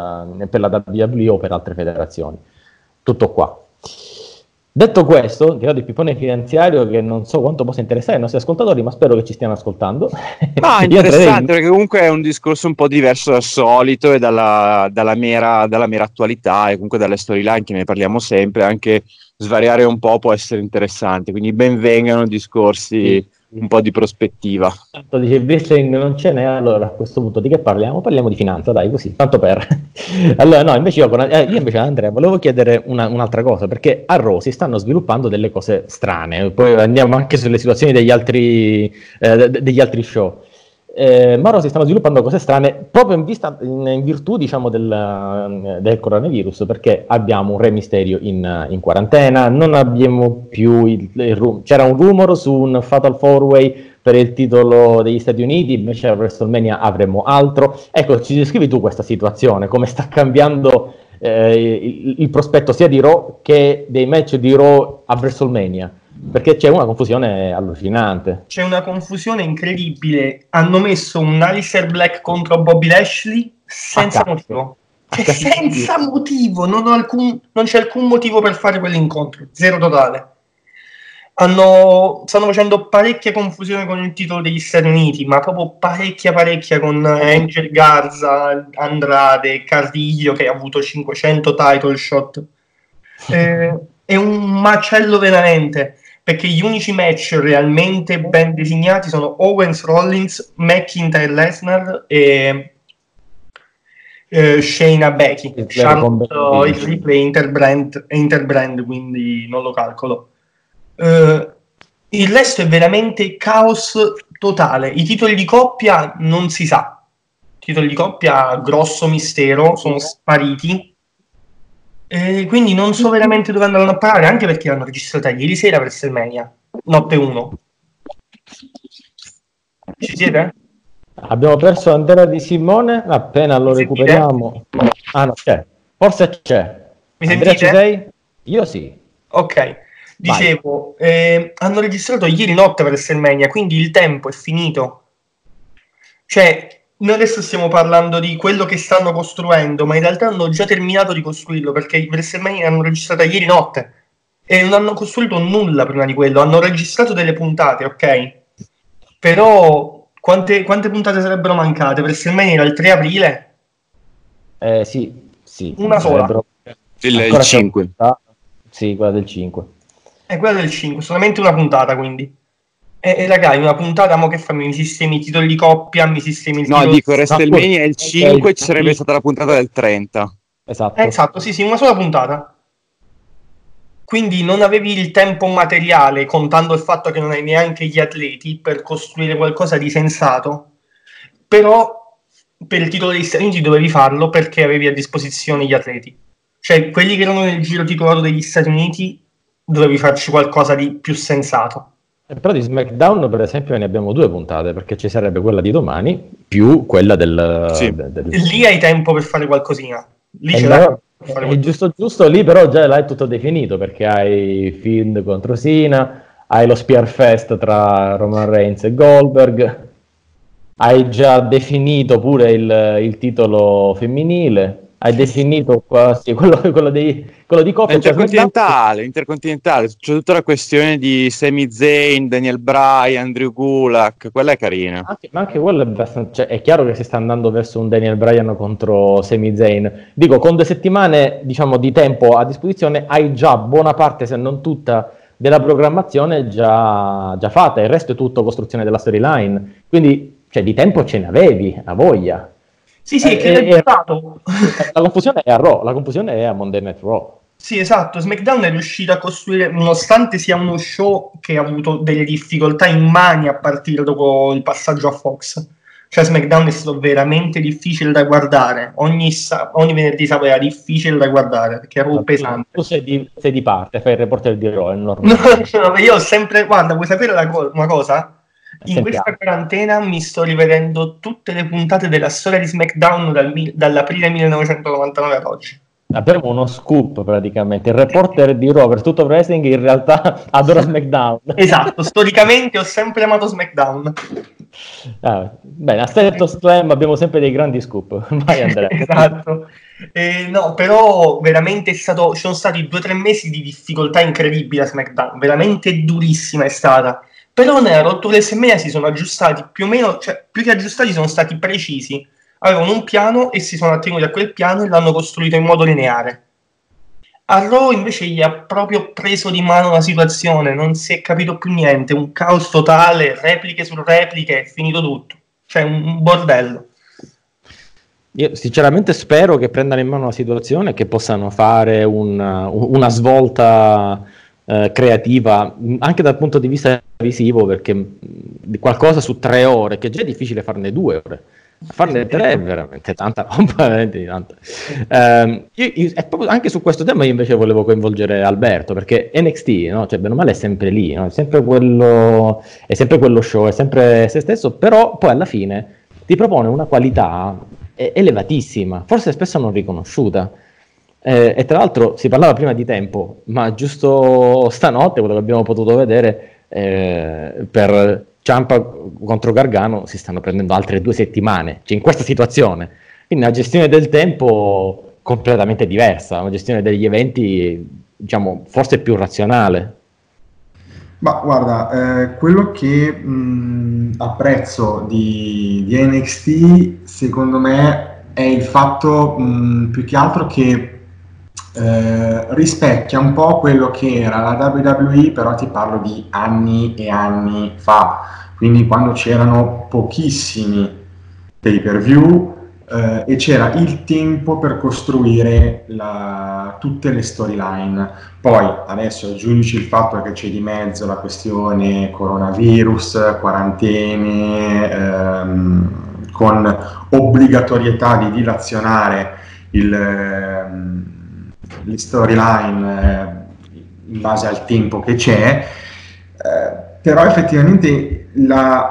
la WWE o per altre federazioni. Tutto qua. Detto questo, tirato il pippone finanziario che non so quanto possa interessare ai nostri ascoltatori, ma spero che ci stiano ascoltando. No, è interessante perché comunque è un discorso un po' diverso dal solito e dalla mera attualità e comunque dalle storyline che ne parliamo sempre, anche svariare un po' può essere interessante, quindi ben vengano discorsi un po' di prospettiva. Tanto dice il wrestling non ce n'è, allora a questo punto di che parliamo? Parliamo di finanza, dai, così, tanto per. Allora no, invece io invece Andrea volevo chiedere un'altra cosa, perché a Raw si stanno sviluppando delle cose strane, poi andiamo anche sulle situazioni degli altri show. Ma ora si stanno sviluppando cose strane proprio in virtù, diciamo, del coronavirus, perché abbiamo un Re Mysterio in quarantena, non abbiamo più c'era un rumor su un Fatal 4-Way per il titolo degli Stati Uniti, invece a WrestleMania avremo altro. Ecco, ci descrivi tu questa situazione, come sta cambiando il prospetto sia di Raw che dei match di Raw a WrestleMania? Perché c'è una confusione allucinante. C'è una confusione incredibile. Hanno messo un Aleister Black contro Bobby Lashley senza motivo. Cioè, senza motivo. Non c'è alcun motivo per fare quell'incontro. Zero totale. Stanno facendo parecchia confusione con il titolo degli Stati Uniti, ma proprio parecchia con Angel Garza, Andrade, Carrillo che ha avuto 500 title shot. È un macello veramente, perché gli unici match realmente ben disegnati sono Owens Rollins, McIntyre Lesnar e Shayna Becky. Il replay interbrand, quindi non lo calcolo. Il resto è veramente caos totale. I titoli di coppia non si sa. I titoli di coppia, grosso mistero, sono spariti. Quindi non so veramente dove andranno a parare, anche perché l'hanno registrata ieri sera per WrestleMania, notte 1. Ci siete? Abbiamo perso Andrea Di Simone, appena lo recuperiamo. Ah no, c'è. Forse c'è. Mi Andrea, sentite? ci sei? Io sì. Ok. Dicevo, hanno registrato ieri notte per WrestleMania, quindi il tempo è finito. Cioè, noi adesso stiamo parlando di quello che stanno costruendo, ma in realtà hanno già terminato di costruirlo, perché WrestleMania l'hanno registrata ieri notte e non hanno costruito nulla prima di quello. Hanno registrato delle puntate, ok? Però quante puntate sarebbero mancate? WrestleMania era il 3 aprile? Sì. Una sola. Il 5. Sì, quella del 5. È quella del 5, solamente una puntata, quindi. E ragazzi, una puntata, mo che fammi? Mi sistemi i titoli di coppia, mi sistemi il No, titolo... dico, WrestleMania è il 5, ci sarebbe stata la puntata del 30. Esatto. Esatto, sì, una sola puntata. Quindi non avevi il tempo materiale, contando il fatto che non hai neanche gli atleti, per costruire qualcosa di sensato. Però per il titolo degli Stati Uniti dovevi farlo perché avevi a disposizione gli atleti. Cioè, quelli che erano nel giro titolato degli Stati Uniti dovevi farci qualcosa di più sensato. Però di SmackDown, per esempio, ne abbiamo 2 puntate, perché ci sarebbe quella di domani più quella del... Sì. Lì hai tempo per fare qualcosina. Lì ce l'hai. l'hai. È giusto, lì però già l'hai tutto definito, perché hai Fiend contro Cena, hai lo Spear Fest tra Roman Reigns e Goldberg, hai già definito pure il titolo femminile, hai definito quasi quello di coppia. Intercontinentale, c'è tutta la questione di Sami Zayn, Daniel Bryan, Drew Gulak, quella è carina. Ma anche quello è abbastanza, cioè, è chiaro che si sta andando verso un Daniel Bryan contro Sami Zayn. Dico, con 2 settimane, diciamo, di tempo a disposizione hai già buona parte, se non tutta, della programmazione già fatta, il resto è tutto costruzione della storyline, quindi cioè, di tempo ce ne avevi, a voglia. Sì, che è stato. La confusione è a Raw, la confusione è a Monday Night Raw. Sì, esatto, SmackDown è riuscito a costruire, nonostante sia uno show che ha avuto delle difficoltà immani a partire dopo il passaggio a Fox. Cioè SmackDown è stato veramente difficile da guardare, ogni venerdì sabato era difficile da guardare, perché era pesante. Tu sei di parte, fai il reporter di Raw, è normale. No, io ho sempre, guarda, vuoi sapere una cosa? In questa quarantena mi sto rivedendo tutte le puntate della storia di SmackDown dall'aprile 1999 ad oggi. Abbiamo uno scoop praticamente, il reporter di Raw per tutto wrestling in realtà adora SmackDown. Esatto, storicamente ho sempre amato SmackDown. Bene, a Setto Slam abbiamo sempre dei grandi scoop. Vai Andrea. Esatto. No, però veramente ci sono stati 2-3 mesi di difficoltà incredibili a SmackDown, veramente durissima è stata. Però nella Raw to WrestleMania si sono aggiustati più o meno, cioè più che aggiustati sono stati precisi. Avevano un piano e si sono attenuti a quel piano e l'hanno costruito in modo lineare. A Raw invece gli ha proprio preso di mano la situazione, non si è capito più niente, un caos totale, repliche su repliche, è finito tutto. Cioè un bordello. Io sinceramente spero che prendano in mano la situazione e che possano fare una svolta creativa anche dal punto di vista visivo, perché qualcosa su 3 ore, che già è difficile farne 2 ore, farne 3 è veramente tanta roba, veramente tanta. Proprio anche su questo tema io invece volevo coinvolgere Alberto, perché NXT, no? Cioè, bene o male è sempre lì, no? è sempre quello show, è sempre se stesso, però poi alla fine ti propone una qualità elevatissima, forse spesso non riconosciuta. E tra l'altro si parlava prima di tempo, ma giusto stanotte, quello che abbiamo potuto vedere, per Ciampa contro Gargano si stanno prendendo altre 2 settimane, cioè in questa situazione. Quindi una gestione del tempo completamente diversa, una gestione degli eventi, diciamo, forse più razionale. Ma guarda, quello che apprezzo di NXT, secondo me, è il fatto più che altro che rispecchia un po' quello che era la WWE, però ti parlo di anni e anni fa, quindi quando c'erano pochissimi pay per view e c'era il tempo per costruire tutte le storyline. Poi adesso aggiungi il fatto che c'è di mezzo la questione coronavirus, quarantene, con obbligatorietà di dilazionare le storyline in base al tempo che c'è, però effettivamente il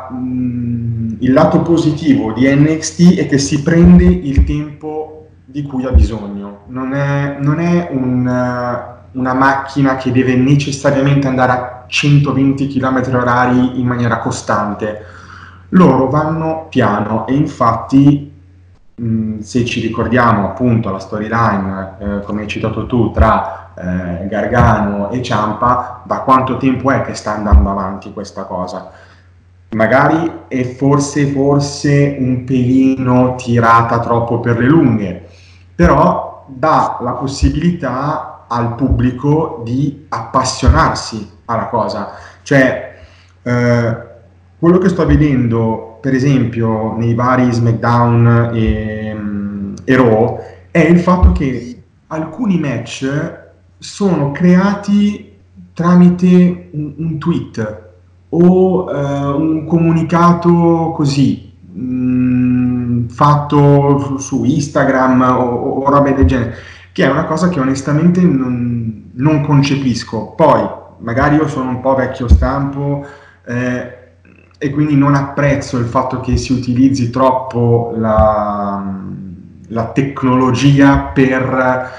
lato positivo di NXT è che si prende il tempo di cui ha bisogno, non è una macchina che deve necessariamente andare a 120 km/h in maniera costante. Loro vanno piano e infatti se ci ricordiamo appunto la storyline, come hai citato tu, tra Gargano e Ciampa, da quanto tempo è che sta andando avanti questa cosa? Magari è forse un pelino tirata troppo per le lunghe, però dà la possibilità al pubblico di appassionarsi alla cosa. Cioè quello che sto vedendo per esempio nei vari SmackDown e Raw è il fatto che alcuni match sono creati tramite un tweet o un comunicato così fatto su Instagram o robe del genere, che è una cosa che onestamente non concepisco. Poi magari io sono un po' vecchio stampo e quindi non apprezzo il fatto che si utilizzi troppo la tecnologia per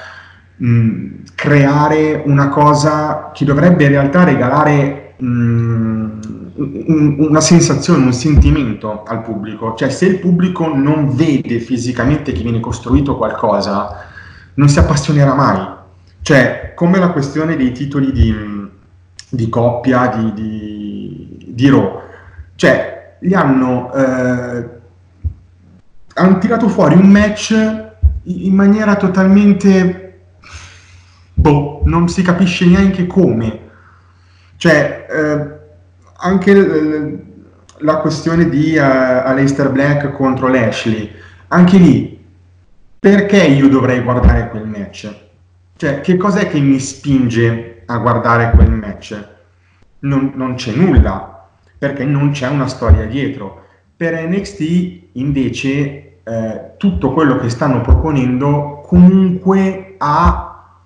creare una cosa che dovrebbe in realtà regalare una sensazione, un sentimento al pubblico. Cioè, se il pubblico non vede fisicamente che viene costruito qualcosa, non si appassionerà mai. Cioè, come la questione dei titoli di coppia di Raw. Cioè, hanno tirato fuori un match in maniera totalmente non si capisce neanche come. Cioè, anche la questione di Aleister Black contro Lashley, anche lì, perché io dovrei guardare quel match? Cioè, che cos'è che mi spinge a guardare quel match? Non c'è nulla, perché non c'è una storia dietro. Per NXT invece tutto quello che stanno proponendo comunque ha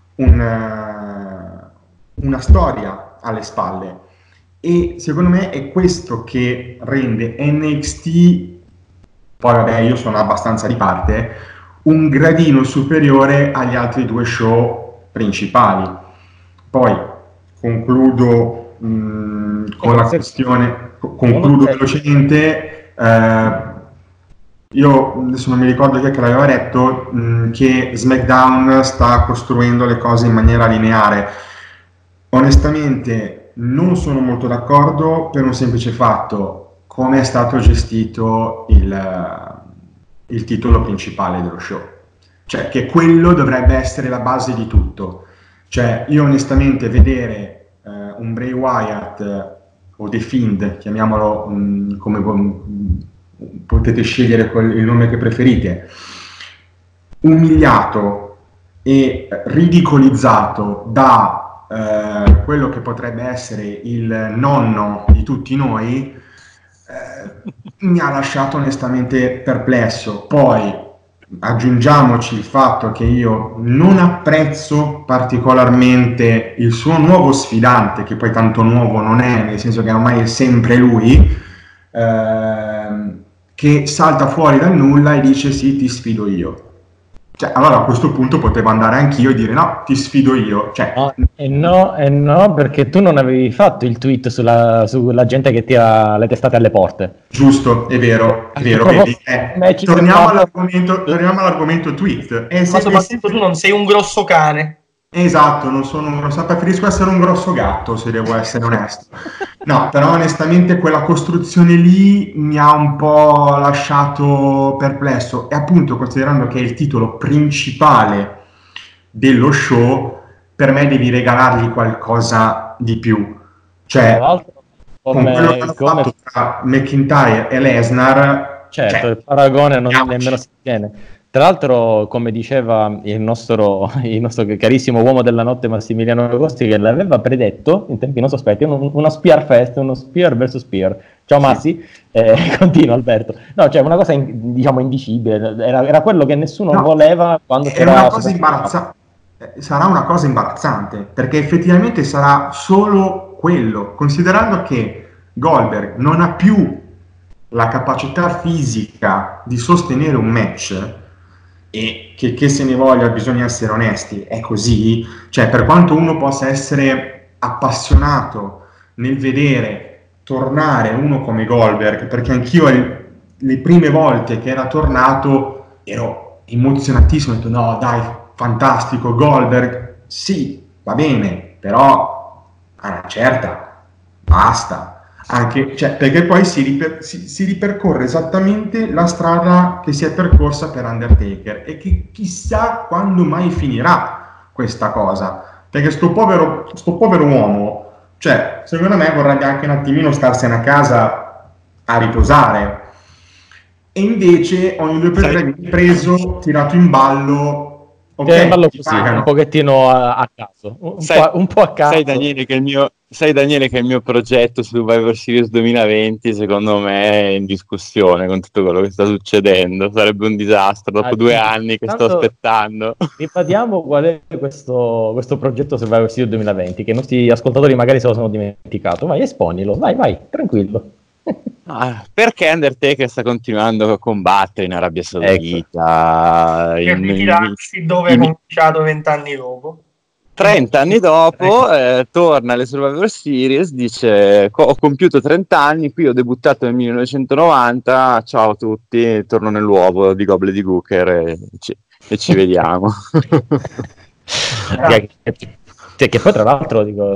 una storia alle spalle, e secondo me è questo che rende NXT, poi vabbè, io sono abbastanza di parte, un gradino superiore agli altri due show principali. Poi concludo con la questione, concludo velocemente. Io adesso non mi ricordo chi è che l'aveva detto, che SmackDown sta costruendo le cose in maniera lineare. Onestamente non sono molto d'accordo, per un semplice fatto: come è stato gestito il titolo principale dello show. Cioè, che quello dovrebbe essere la base di tutto. Cioè, io onestamente vedere un Bray Wyatt o The Fiend, chiamiamolo come potete scegliere il nome che preferite, umiliato e ridicolizzato da quello che potrebbe essere il nonno di tutti noi, mi ha lasciato onestamente perplesso. Poi aggiungiamoci il fatto che io non apprezzo particolarmente il suo nuovo sfidante, che poi tanto nuovo non è, nel senso che ormai è sempre lui, che salta fuori dal nulla e dice sì, ti sfido io. Cioè, allora a questo punto potevo andare anch'io e dire no, ti sfido io. Cioè, no, perché tu non avevi fatto il tweet sulla gente che tira le testate alle porte. Giusto, è vero, vedi. Torniamo all'argomento tweet. Ma soprattutto tu non sei un grosso cane. Esatto, non sono un grosso, preferisco essere un grosso gatto, se devo essere onesto. No, però onestamente quella costruzione lì mi ha un po' lasciato perplesso, e appunto considerando che è il titolo principale dello show, per me devi regalargli qualcosa di più. Cioè, con quello che hanno fatto tra McIntyre e Lesnar, certo, il paragone non nemmeno si tiene. Tra l'altro, come diceva il nostro carissimo uomo della notte Massimiliano Costi, che l'aveva predetto in tempi non sospetti, uno Spear Fest, uno Spear vs Spear. Ciao Massi, continua Alberto. No, cioè una cosa diciamo indicibile, era quello che nessuno voleva quando c'era una cosa imbarazzante. Sarà una cosa imbarazzante, perché effettivamente sarà solo quello, considerando che Goldberg non ha più la capacità fisica di sostenere un match, e che se ne voglia, bisogna essere onesti, è così. Cioè, per quanto uno possa essere appassionato nel vedere tornare uno come Goldberg, perché anch'io le prime volte che era tornato ero emozionatissimo, ho detto no dai, fantastico Goldberg, sì, va bene, però a una certa basta. Anche, cioè, perché poi si ripercorre esattamente la strada che si è percorsa per Undertaker, e che chissà quando mai finirà questa cosa, perché sto povero uomo, cioè, secondo me vorrebbe anche un attimino starsene a casa a riposare, e invece ogni 2 per 3 viene preso, tirato in ballo. Okay, ballo così, un pochettino a caso, un po' a caso. Sai Daniele che il sai Daniele che il mio progetto su Survivor Series 2020 secondo me è in discussione con tutto quello che sta succedendo, sarebbe un disastro dopo 2 anni che sto aspettando. Ripetiamo qual è questo progetto Survivor Series 2020, che i nostri ascoltatori magari se lo sono dimenticato. Vai, esponilo, vai, tranquillo. Perché Undertaker sta continuando a combattere in Arabia Saudita, per ritirarsi dove è cominciato 20 anni dopo. 30 anni dopo torna alle Survivor Series, dice ho compiuto 30 anni, qui ho debuttato nel 1990, ciao a tutti, torno nell'uovo di Goblet di Gooker e ci vediamo. Che poi tra l'altro dico,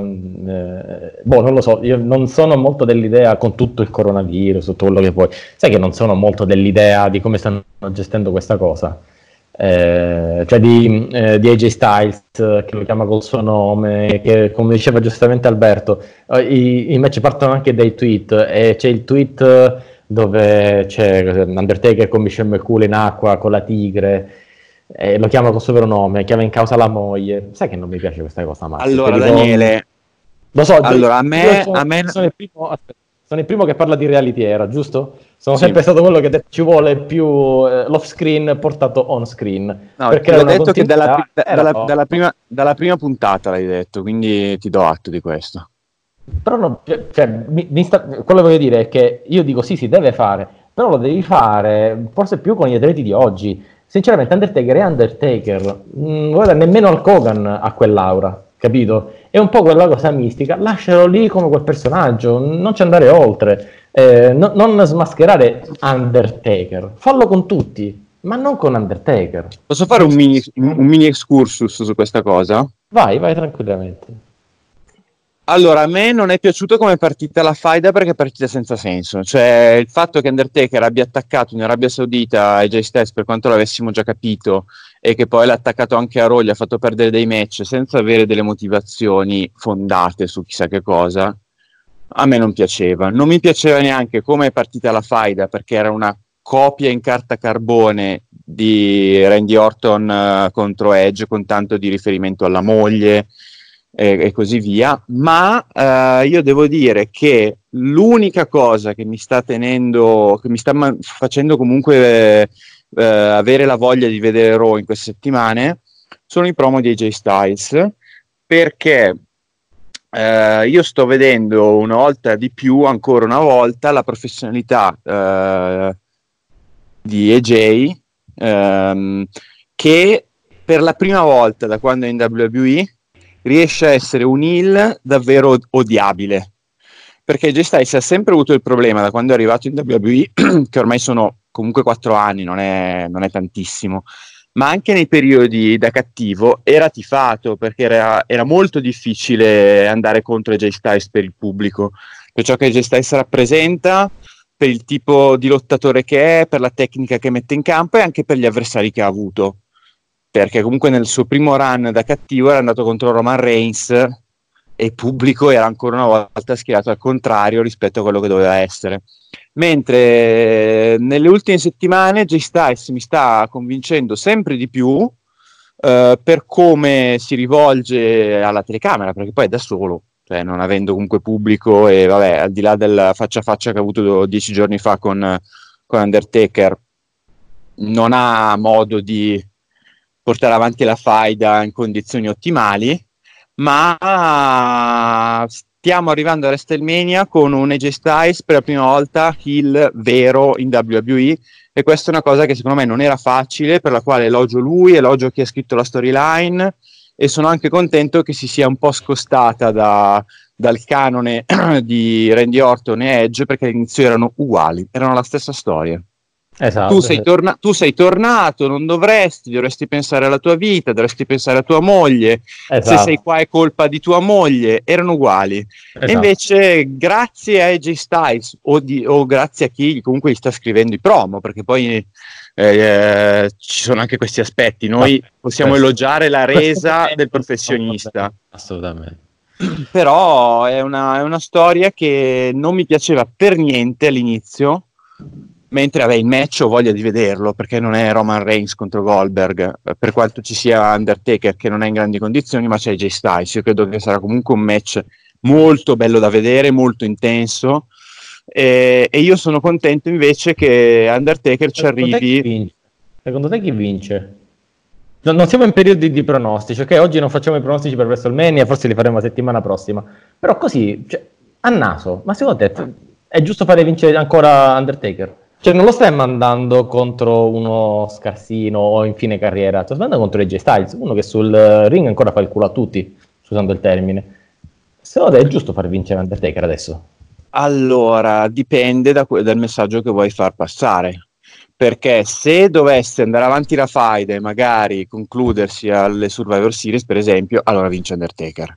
non lo so, io non sono molto dell'idea con tutto il coronavirus, tutto quello che puoi, sai che non sono molto dell'idea di come stanno gestendo questa cosa. Cioè di AJ Styles, che lo chiama col suo nome, che come diceva giustamente Alberto, i match partono anche dai tweet, e c'è il tweet dove c'è Undertaker con Michelle McCool in acqua con la tigre, lo chiama col suo vero nome, chiama in causa la moglie. Sai che non mi piace questa cosa, Marco? Allora Daniele, lo so, allora a me sono il primo che parla di reality era, giusto? Sono sempre stato quello che ci vuole più l'off screen portato on screen. No, perché l'ho detto che dalla prima puntata l'hai detto, quindi ti do atto di questo. Però quello che voglio dire è che io dico sì, si deve fare, però lo devi fare forse più con gli atleti di oggi. Sinceramente Undertaker è Undertaker, guarda, nemmeno Hulk Hogan ha quell'aura, capito? È un po' quella cosa mistica, lascialo lì come quel personaggio, non ci andare oltre, non smascherare Undertaker, fallo con tutti, ma non con Undertaker. Posso fare un mini excursus su questa cosa? Vai tranquillamente. Allora, a me non è piaciuto come è partita la faida, perché è partita senza senso. Cioè, il fatto che Undertaker abbia attaccato in Arabia Saudita AJ Styles, per quanto l'avessimo già capito, e che poi l'ha attaccato anche a Raw, gli ha fatto perdere dei match senza avere delle motivazioni fondate su chissà che cosa, a me non piaceva. Non mi piaceva neanche come è partita la faida, perché era una copia in carta carbone di Randy Orton contro Edge, con tanto di riferimento alla moglie e così via, ma io devo dire che l'unica cosa che mi sta facendo comunque avere la voglia di vedere Raw in queste settimane sono i promo di AJ Styles, perché io sto vedendo una volta di più, ancora una volta, la professionalità di AJ, che per la prima volta da quando è in WWE riesce a essere un heel davvero odiabile, perché AJ Styles ha sempre avuto il problema da quando è arrivato in WWE che ormai sono comunque 4 anni, non è tantissimo, ma anche nei periodi da cattivo era tifato, perché era molto difficile andare contro AJ Styles per il pubblico, per ciò che AJ Styles rappresenta, per il tipo di lottatore che è, per la tecnica che mette in campo e anche per gli avversari che ha avuto, perché comunque nel suo primo run da cattivo era andato contro Roman Reigns e il pubblico era ancora una volta schierato al contrario rispetto a quello che doveva essere. Mentre nelle ultime settimane Jay Styles mi sta convincendo sempre di più per come si rivolge alla telecamera, perché poi è da solo, cioè non avendo comunque pubblico, e vabbè, al di là del faccia a faccia che ha avuto 10 giorni fa con Undertaker, non ha modo di portare avanti la faida in condizioni ottimali, ma stiamo arrivando a WrestleMania con un AJ Styles per la prima volta heel vero in WWE, e questa è una cosa che secondo me non era facile, per la quale elogio lui, elogio chi ha scritto la storyline, e sono anche contento che si sia un po' scostata dal canone di Randy Orton e Edge, perché all'inizio erano uguali, erano la stessa storia. Esatto. Tu sei tornato, non dovresti pensare alla tua vita, dovresti pensare a tua moglie, esatto. Se sei qua è colpa di tua moglie, erano uguali. Esatto. E invece grazie a AJ Styles o grazie a chi comunque gli sta scrivendo i promo, perché poi ci sono anche questi aspetti, noi possiamo elogiare la resa del professionista, assolutamente, però è una storia che non mi piaceva per niente all'inizio, mentre il match ho voglia di vederlo, perché non è Roman Reigns contro Goldberg, per quanto ci sia Undertaker che non è in grandi condizioni, ma c'è AJ Styles. Io credo che sarà comunque un match molto bello da vedere, molto intenso, e io sono contento invece che Undertaker ci arrivi. Secondo te chi vince? Non siamo in periodi di pronostici, ok? Oggi non facciamo i pronostici per WrestleMania, forse li faremo la settimana prossima. Però così, cioè, a naso, ma secondo te è giusto fare vincere ancora Undertaker? Cioè non lo stai mandando contro uno scarsino o in fine carriera, stai mandando contro AJ Styles, uno che sul ring ancora fa il culo a tutti, scusando il termine. Secondo te è giusto far vincere Undertaker adesso? Allora, dipende dal messaggio che vuoi far passare. Perché se dovesse andare avanti la faida e magari concludersi alle Survivor Series, per esempio, allora vince Undertaker.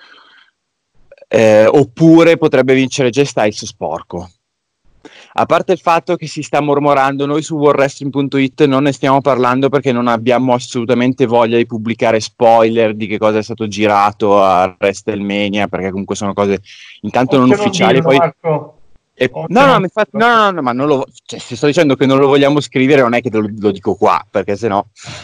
Oppure potrebbe vincere Jay Styles sporco. A parte il fatto che si sta mormorando, noi su WorldWrestling.it non ne stiamo parlando perché non abbiamo assolutamente voglia di pubblicare spoiler di che cosa è stato girato a WrestleMania, perché comunque sono cose intanto non ufficiali. Poi... No, ma non lo, cioè, se sto dicendo che non lo vogliamo scrivere non è che lo dico qua, perché sennò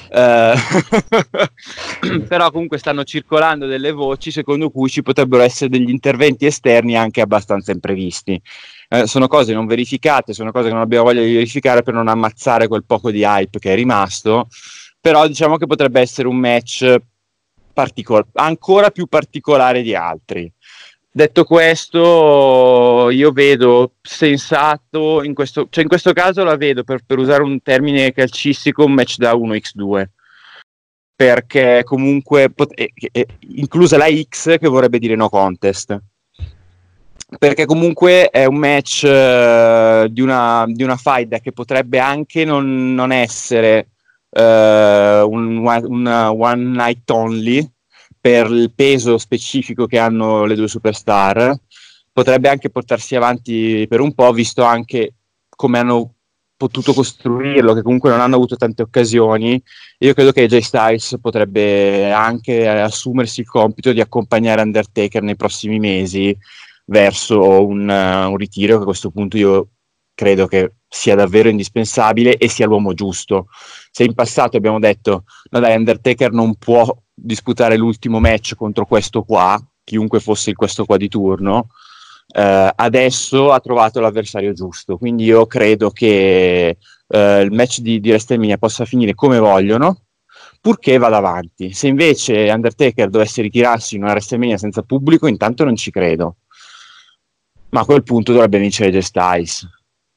però comunque stanno circolando delle voci secondo cui ci potrebbero essere degli interventi esterni anche abbastanza imprevisti. Sono cose non verificate, sono cose che non abbiamo voglia di verificare per non ammazzare quel poco di hype che è rimasto, però diciamo che potrebbe essere un match ancora più particolare di altri. Detto questo, io vedo sensato in questo caso la vedo, per usare un termine calcistico, un match da 1x2, perché comunque inclusa la X che vorrebbe dire no contest, perché comunque è un match di una faida che potrebbe anche non essere un one night only, per il peso specifico che hanno le due superstar, potrebbe anche portarsi avanti per un po', visto anche come hanno potuto costruirlo, che comunque non hanno avuto tante occasioni. Io credo che AJ Styles potrebbe anche assumersi il compito di accompagnare Undertaker nei prossimi mesi verso un ritiro che a questo punto io credo che sia davvero indispensabile e sia l'uomo giusto. Se in passato abbiamo detto no dai, Undertaker non può disputare l'ultimo match contro questo qua, chiunque fosse il questo qua di turno, adesso ha trovato l'avversario giusto, quindi io credo che il match di WrestleMania possa finire come vogliono, purché vada avanti. Se invece Undertaker dovesse ritirarsi in una WrestleMania senza pubblico, intanto non ci credo, ma a quel punto dovrebbe vincere AJ Styles.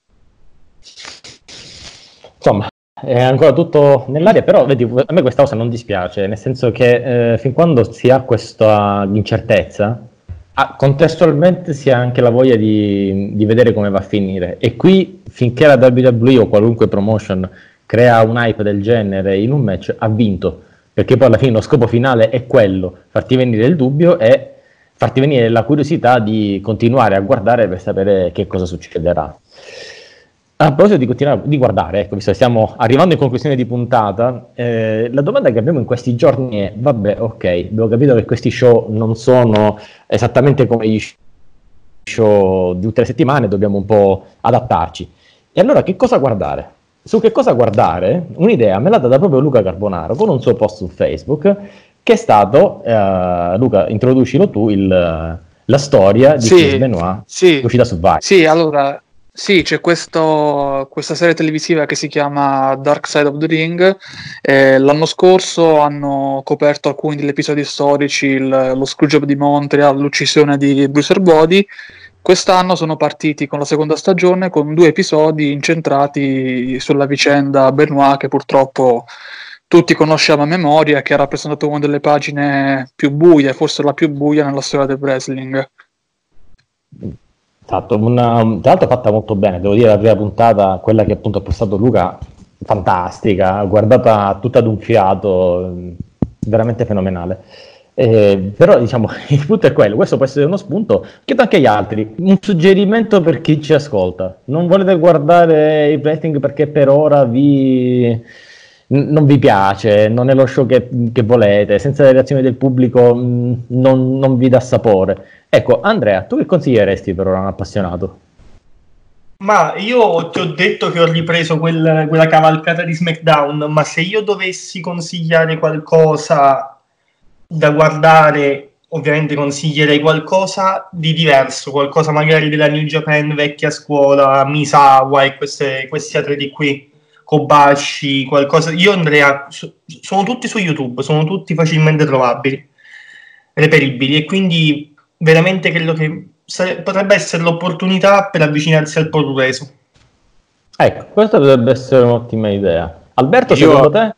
Insomma, è ancora tutto nell'aria, però vedi, a me questa cosa non dispiace, nel senso che fin quando si ha questa incertezza, contestualmente si ha anche la voglia di vedere come va a finire. E qui, finché la WWE o qualunque promotion crea un hype del genere in un match, ha vinto, perché poi alla fine lo scopo finale è quello, farti venire il dubbio e farti venire la curiosità di continuare a guardare per sapere che cosa succederà. A proposito di continuare di guardare, ecco, visto che stiamo arrivando in conclusione di puntata, la domanda che abbiamo in questi giorni è: vabbè, ok, abbiamo capito che questi show non sono esattamente come gli show di tutte le settimane, dobbiamo un po' adattarci. E allora che cosa guardare? Su che cosa guardare? Un'idea me l'ha data proprio Luca Carbonaro con un suo post su Facebook, che è stato, Luca, introducilo tu, la storia di Chris Benoit, uscita su Vice. Sì, allora... Sì, c'è questa serie televisiva che si chiama Dark Side of the Ring. L'anno scorso hanno coperto alcuni degli episodi storici, lo Screwjob di Montreal, l'uccisione di Bruiser Brody. Quest'anno sono partiti con la seconda stagione con 2 episodi incentrati sulla vicenda Benoit, che purtroppo tutti conosciamo a memoria, che ha rappresentato una delle pagine più buie, forse la più buia nella storia del wrestling. Esatto, tra l'altro fatta molto bene, devo dire, la prima puntata, quella che appunto ha postato Luca, fantastica, guardata tutta ad un fiato, veramente fenomenale. Però diciamo, il punto è quello, questo può essere uno spunto, chiedo anche agli altri, un suggerimento per chi ci ascolta: non volete guardare il wrestling perché per ora non vi piace, non è lo show che volete, senza le reazioni del pubblico non vi dà sapore. Ecco, Andrea, tu che consiglieresti per ora un appassionato? Ma io ti ho detto che ho ripreso quella cavalcata di SmackDown, ma se io dovessi consigliare qualcosa da guardare ovviamente consiglierei qualcosa di diverso, qualcosa magari della New Japan vecchia scuola, Misawa e questi atleti qui, Kobashi, qualcosa. Io andrei sono tutti su YouTube, sono tutti facilmente trovabili, reperibili, e quindi veramente credo che potrebbe essere l'opportunità per avvicinarsi al progresso. Ecco, questa potrebbe essere un'ottima idea. Alberto, secondo te?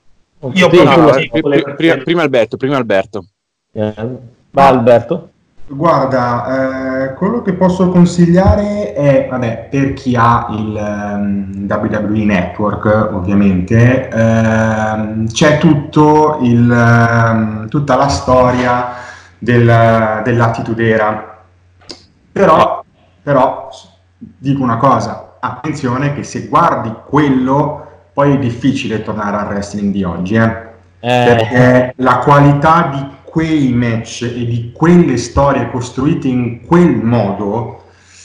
Prima Alberto. Va Alberto? Guarda, quello che posso consigliare è, vabbè, per chi ha il WWE Network, ovviamente, c'è tutta la storia dell'Attitude Era. Però dico una cosa, attenzione che se guardi quello poi è difficile tornare al wrestling di oggi, perché la qualità di quei match e di quelle storie costruite in quel modo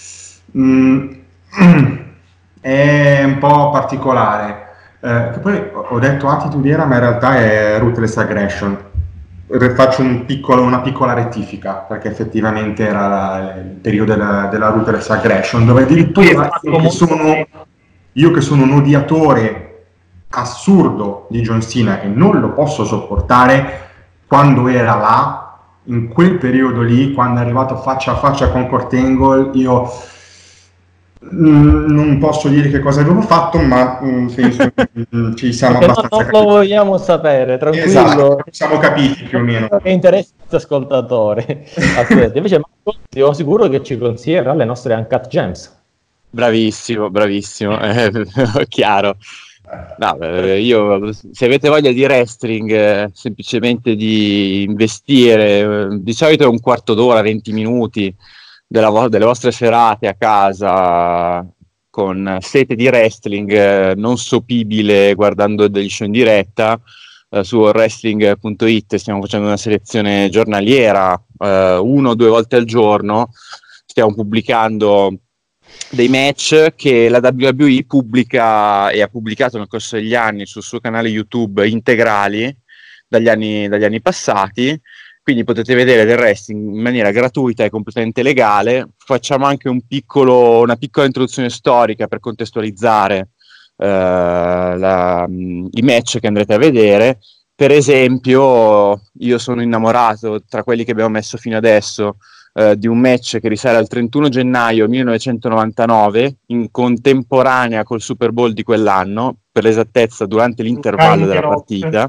è un po' particolare. Che poi ho detto Attitude Era, ma in realtà è Ruthless Aggression. Faccio una piccola rettifica, perché effettivamente era il periodo della Ruthless Aggression, dove addirittura io che sono un odiatore assurdo di John Cena e non lo posso sopportare, quando era là, in quel periodo lì, quando è arrivato faccia a faccia con Kurt Angle, io non posso dire che cosa avevo fatto, ma penso ci siamo abbastanza non lo vogliamo sapere, tranquillo. Esatto, siamo capiti più o meno. Che interessa ascoltatore. Aspetta, invece Marco, sono sicuro che ci consiglierà le nostre Uncut Gems. Bravissimo, chiaro. No, io, se avete voglia di wrestling, semplicemente di investire, di solito un quarto d'ora, 20 minuti delle vostre serate a casa con sete di wrestling, non sopibile guardando degli show in diretta, su wrestling.it stiamo facendo una selezione giornaliera, 1 o 2 volte al giorno stiamo pubblicando dei match che la WWE pubblica e ha pubblicato nel corso degli anni sul suo canale YouTube integrali dagli anni passati, quindi potete vedere del wrestling in maniera gratuita e completamente legale. Facciamo anche una piccola introduzione storica per contestualizzare i match che andrete a vedere. Per esempio, io sono innamorato, tra quelli che abbiamo messo fino adesso, di un match che risale al 31 gennaio 1999, in contemporanea col Super Bowl di quell'anno, per l'esattezza durante l'intervallo della partita,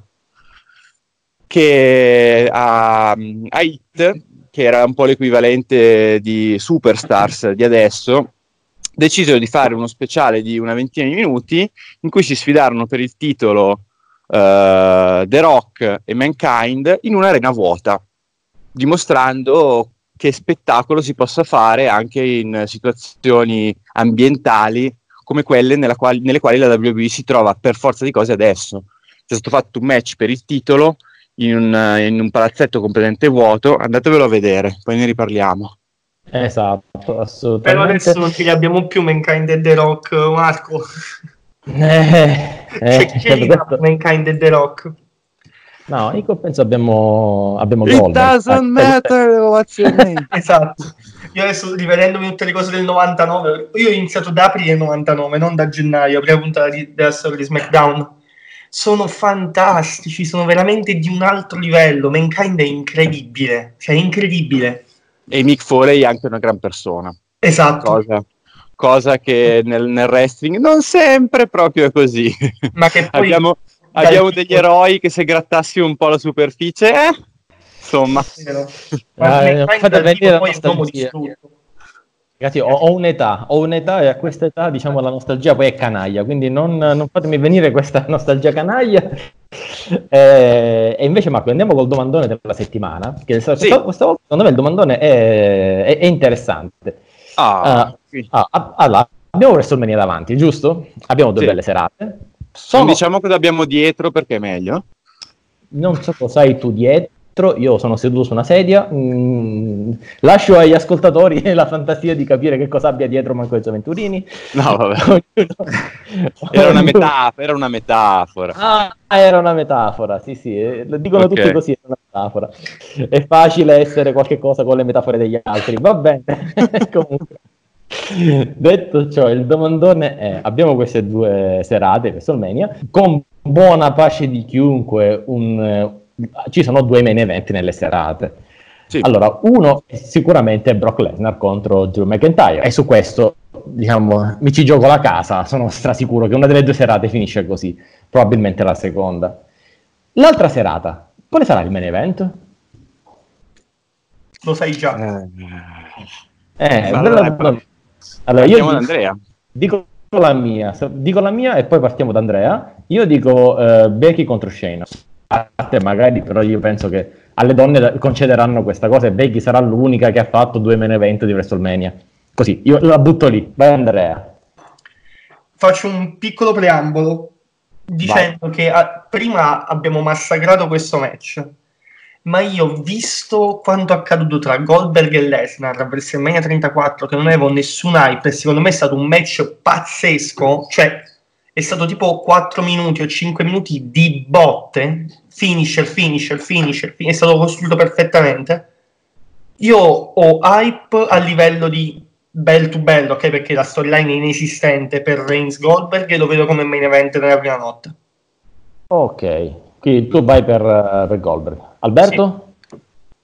che a Hit, che era un po' l'equivalente di Superstars di adesso, decisero di fare uno speciale di una ventina di minuti in cui si sfidarono per il titolo The Rock e Mankind in un'arena vuota, dimostrando che spettacolo si possa fare anche in situazioni ambientali come quelle nelle quali la WWE si trova per forza di cose adesso. C'è stato fatto un match per il titolo in un palazzetto completamente vuoto, andatevelo a vedere, poi ne riparliamo. Esatto, assolutamente. Però adesso non ce li abbiamo più Mankind e The Rock, Marco. Mankind e The Rock. No, io penso abbiamo It Golden. doesn't matter what's your name. Esatto. Io adesso, rivedendomi tutte le cose del 99, io ho iniziato da aprile 99, non da gennaio, prima puntata della storia di SmackDown. Sono fantastici, sono veramente di un altro livello. Mankind è incredibile, cioè incredibile. E Mick Foley è anche una gran persona. Esatto. Cosa che nel wrestling non sempre proprio è così. Ma che poi abbiamo degli eroi che se grattassimo un po' la superficie, insomma. Fate venire la nostalgia. Ragazzi, ho un'età e a questa età, diciamo, la nostalgia poi è canaglia, quindi non fatemi venire questa nostalgia canaglia. E invece, Marco, andiamo col domandone della settimana, che questa volta secondo me il domandone è interessante. Allora, abbiamo WrestleMania davanti, giusto? Abbiamo due belle serate. Non diciamo cosa abbiamo dietro perché è meglio. Non so cosa hai tu dietro, io sono seduto su una sedia, lascio agli ascoltatori la fantasia di capire che cosa abbia dietro Manco Enzo Venturini. No, vabbè. Era una metafora. Era una metafora, sì, dicono tutti così, era una metafora. È facile essere qualche cosa con le metafore degli altri, va bene. Comunque, detto ciò, il domandone è: abbiamo queste due serate WrestleMania, con buona pace di chiunque, ci sono due main event nelle serate. Sì. Allora, uno è sicuramente Brock Lesnar contro Drew McIntyre, e su questo, diciamo, mi ci gioco la casa, sono strasicuro che una delle due serate finisce così, probabilmente la seconda. L'altra serata, quale sarà il main event? Lo sai già. Allora io Andrea. Dico la mia e poi partiamo da Andrea. Io dico Becky contro Shayna. A te magari, però io penso che alle donne concederanno questa cosa e Becky sarà l'unica che ha fatto due main event di WrestleMania. Così, io la butto lì. Vai Andrea. Faccio un piccolo preambolo dicendo che prima abbiamo massacrato questo match, ma io ho visto quanto accaduto tra Goldberg e Lesnar a WrestleMania 34, che non avevo nessun hype, e secondo me è stato un match pazzesco, cioè è stato tipo 4 minuti o 5 minuti di botte, finisher, è stato costruito perfettamente. Io ho hype a livello di bell to bell, ok, perché la storyline è inesistente per Reigns Goldberg e lo vedo come main event nella prima notte. Ok, quindi tu vai per Goldberg. Alberto? Sì.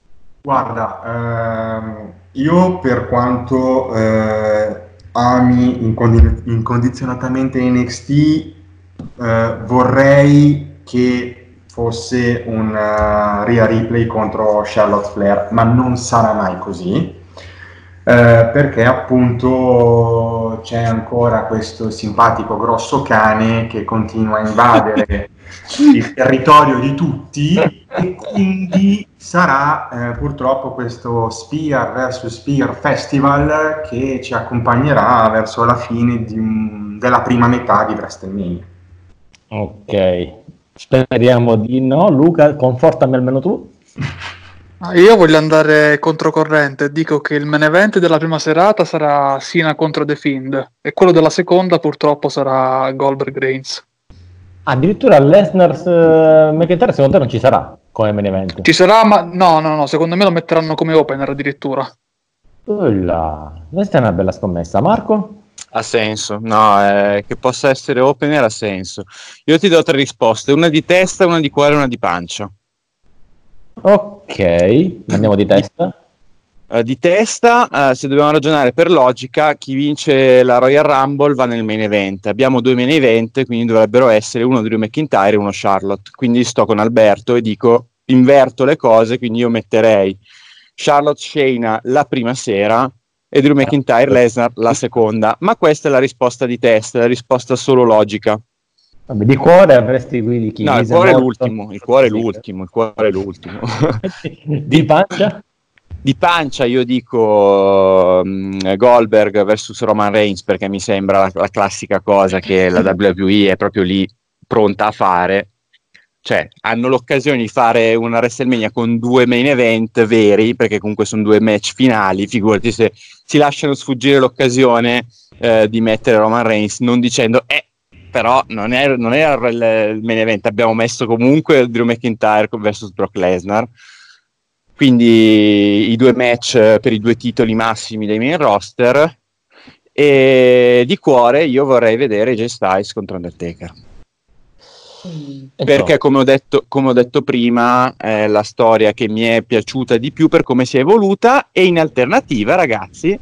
Guarda, io per quanto ami incondizionatamente NXT, vorrei che fosse un Rhea Ripley contro Charlotte Flair, ma non sarà mai così, perché appunto c'è ancora questo simpatico grosso cane che continua a invadere il territorio di tutti, e quindi sarà purtroppo questo Spear vs Spear Festival che ci accompagnerà verso la fine della prima metà di WrestleMania. Ok, speriamo di no. Luca, confortami almeno tu. Io voglio andare controcorrente, dico che il main event della prima serata sarà Cena contro The Fiend e quello della seconda purtroppo sarà Goldberg Reigns. Addirittura Lesnar McIntyre secondo te non ci sarà come main event? Ci sarà, ma no, secondo me lo metteranno come opener addirittura. Questa è una bella scommessa. Marco? Ha senso, che possa essere opener ha senso. Io ti do 3 risposte, una di testa, una di cuore e una di pancia. Ok, andiamo di testa. Di testa, se dobbiamo ragionare per logica, chi vince la Royal Rumble va nel main event. Abbiamo 2 main event, quindi dovrebbero essere uno Drew McIntyre e uno Charlotte. Quindi sto con Alberto e dico, inverto le cose, quindi io metterei Charlotte Shayna la prima sera e Drew McIntyre Lesnar la seconda. Ma questa è la risposta di testa, la risposta solo logica. Vabbè, di cuore avresti qui di chi? No, il cuore è l'ultimo. Il cuore è l'ultimo. Di pancia? Di pancia io dico Goldberg versus Roman Reigns, perché mi sembra la classica cosa che la WWE è proprio lì pronta a fare. Cioè, hanno l'occasione di fare una WrestleMania con 2 main event veri, perché comunque sono 2 match finali, figurati se si lasciano sfuggire l'occasione di mettere Roman Reigns, non dicendo però non era il main event, abbiamo messo comunque Drew McIntyre versus Brock Lesnar, quindi i 2 match per i 2 titoli massimi dei main roster. E di cuore io vorrei vedere AJ Styles contro Undertaker, perché come ho detto prima è la storia che mi è piaciuta di più per come si è evoluta, e in alternativa, ragazzi,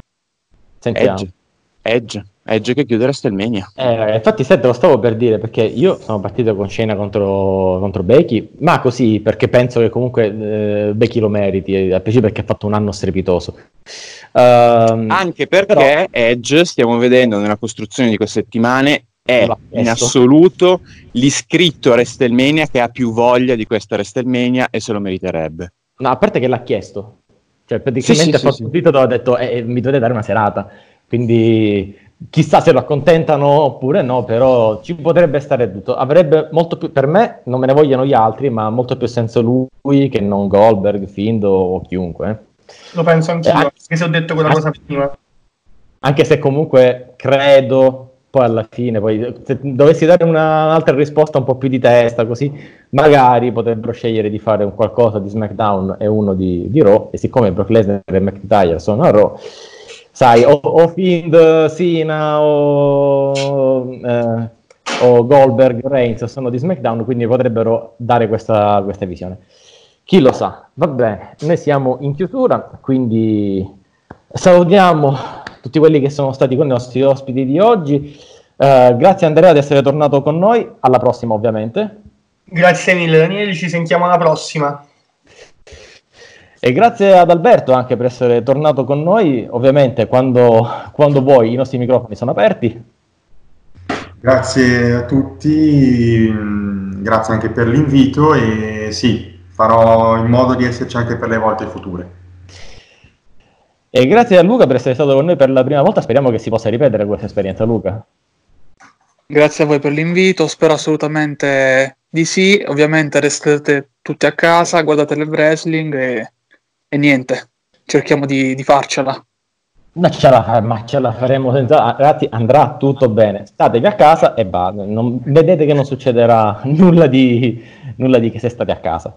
Edge che chiude WrestleMania. Infatti te lo stavo per dire, perché io sono partito con Shayna contro Becky, ma così perché penso che comunque Becky lo meriti, a piacere perché ha fatto un anno strepitoso. Anche perché però Edge, stiamo vedendo nella costruzione di queste settimane, è in assoluto l'iscritto a WrestleMania che ha più voglia di questa WrestleMania e se lo meriterebbe. No, a parte che l'ha chiesto, cioè praticamente ha fatto un tweet dove ha detto mi dovete dare una serata, quindi chissà se lo accontentano oppure no, però ci potrebbe stare tutto. Avrebbe molto più, per me, non me ne vogliono gli altri, ma molto più senso lui che non Goldberg, Fiend o chiunque. Lo penso anch'io, anche se ho detto quella cosa prima. Anche se comunque credo poi alla fine, poi se dovessi dare un'altra risposta un po' più di testa, così magari potrebbero scegliere di fare un qualcosa di SmackDown e uno di Raw, e siccome Brock Lesnar e McIntyre sono a Raw, sai, o Fiend, Cena o Goldberg, Reigns sono di SmackDown, quindi potrebbero dare questa visione. Chi lo sa? Va bene, noi siamo in chiusura, quindi salutiamo tutti quelli che sono stati con i nostri ospiti di oggi. Grazie Andrea di essere tornato con noi, alla prossima ovviamente. Grazie mille Daniele, ci sentiamo alla prossima. E grazie ad Alberto anche per essere tornato con noi, ovviamente quando vuoi i nostri microfoni sono aperti. Grazie a tutti, grazie anche per l'invito e sì, farò in modo di esserci anche per le volte future. E grazie a Luca per essere stato con noi per la prima volta, speriamo che si possa ripetere questa esperienza, Luca. Grazie a voi per l'invito, spero assolutamente di sì, ovviamente restate tutti a casa, guardate il wrestling e niente, cerchiamo di farcela. Ma ce la faremo senza, ragazzi, andrà tutto bene, statevi a casa e vedete che non succederà nulla di che se state a casa.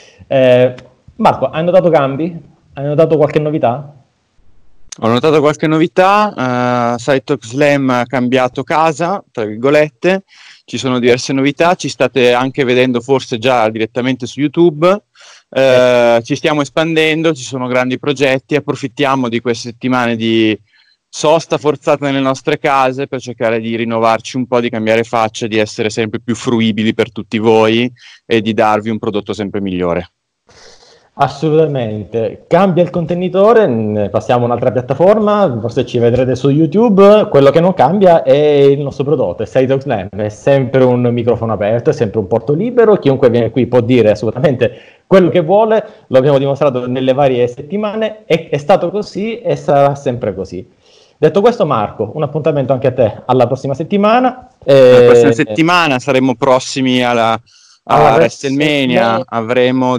Marco, hai notato cambi? Hai notato qualche novità? Ho notato qualche novità, Side Slam ha cambiato casa, tra virgolette, ci sono diverse novità, ci state anche vedendo forse già direttamente su YouTube, ci stiamo espandendo, ci sono grandi progetti, approfittiamo di queste settimane di sosta forzata nelle nostre case per cercare di rinnovarci un po', di cambiare faccia, di essere sempre più fruibili per tutti voi e di darvi un prodotto sempre migliore. Assolutamente, cambia il contenitore, passiamo a un'altra piattaforma, forse ci vedrete su YouTube, quello che non cambia è il nostro prodotto, è Side Slam, è sempre un microfono aperto, è sempre un porto libero, chiunque viene qui può dire assolutamente quello che vuole, lo abbiamo dimostrato nelle varie settimane, è stato così e sarà sempre così. Detto questo, Marco, un appuntamento anche a te alla prossima settimana. La prossima settimana saremo prossimi alla WrestleMania, avremo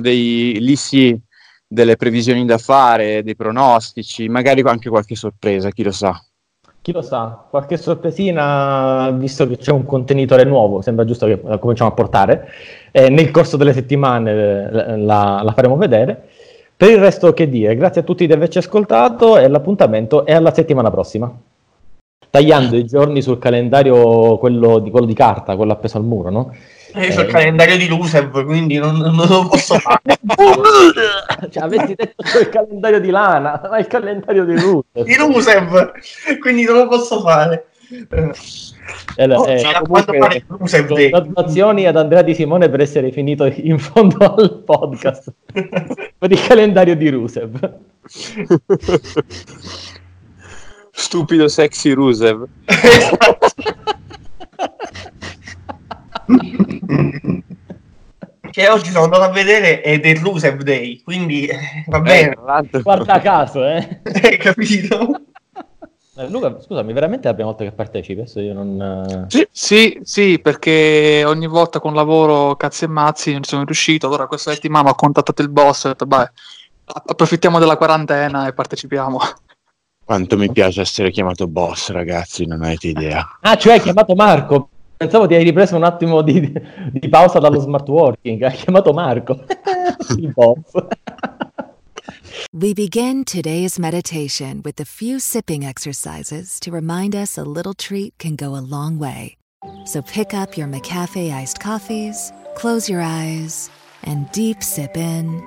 delle previsioni da fare, dei pronostici, magari anche qualche sorpresa, chi lo sa. Chi lo sa, qualche sorpresina, visto che c'è un contenitore nuovo, sembra giusto che la cominciamo a portare, nel corso delle settimane la faremo vedere. Per il resto che dire, grazie a tutti di averci ascoltato e l'appuntamento è alla settimana prossima. Tagliando i giorni sul calendario, quello di carta, quello appeso al muro, no? Io c'ho il calendario di Rusev, quindi non lo posso fare. Cioè, avessi detto c'ho il calendario di Lana, ma il calendario di Rusev. Di Rusev, quindi non lo posso fare. Comunque, congratulazioni ad Andrea Di Simone per essere finito in fondo al podcast per il calendario di Rusev. Stupido sexy Rusev. Che oggi sono andato a vedere ed è Rusev Day, quindi va bene. Guarda caso, capito? Luca, scusami, veramente è la prima volta che partecipi? Adesso io non... Sì, perché ogni volta con lavoro cazzi e mazzi non sono riuscito, allora questa settimana ho contattato il boss e ho detto, approfittiamo della quarantena e partecipiamo. Quanto mi piace essere chiamato boss, ragazzi, non avete idea. Ah, cioè hai chiamato Marco? Pensavo ti hai ripreso un attimo di pausa dallo smart working, hai chiamato Marco, il boss. We begin today's meditation with a few sipping exercises to remind us a little treat can go a long way. So pick up your McCafe iced coffees, close your eyes, and deep sip in.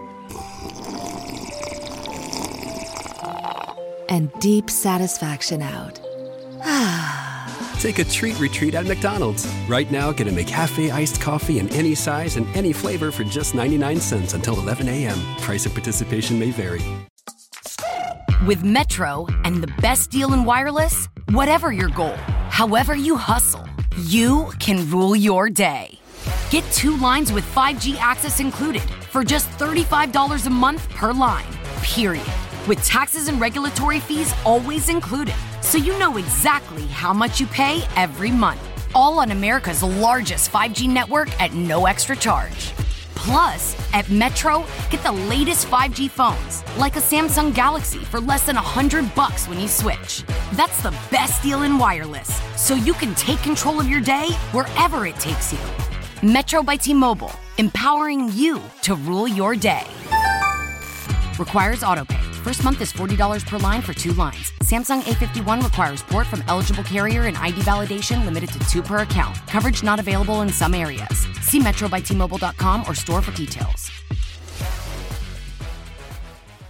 And deep satisfaction out. Take a treat retreat at McDonald's. Right now, get a McCafe iced coffee in any size and any flavor for just 99 cents until 11 a.m. Price and participation may vary. With Metro and the best deal in wireless, whatever your goal, however you hustle, you can rule your day. Get 2 lines with 5G access included for just $35 a month per line, period. With taxes and regulatory fees always included, so you know exactly how much you pay every month. All on America's largest 5G network at no extra charge. Plus, at Metro, get the latest 5G phones, like a Samsung Galaxy for less than $100 when you switch. That's the best deal in wireless, so you can take control of your day wherever it takes you. Metro by T-Mobile, empowering you to rule your day. Requires autopay. First month is $40 per line for 2 lines. Samsung A51 requires port from eligible carrier and ID validation limited to 2 per account. Coverage not available in some areas. See metrobytmobile.com or store for details.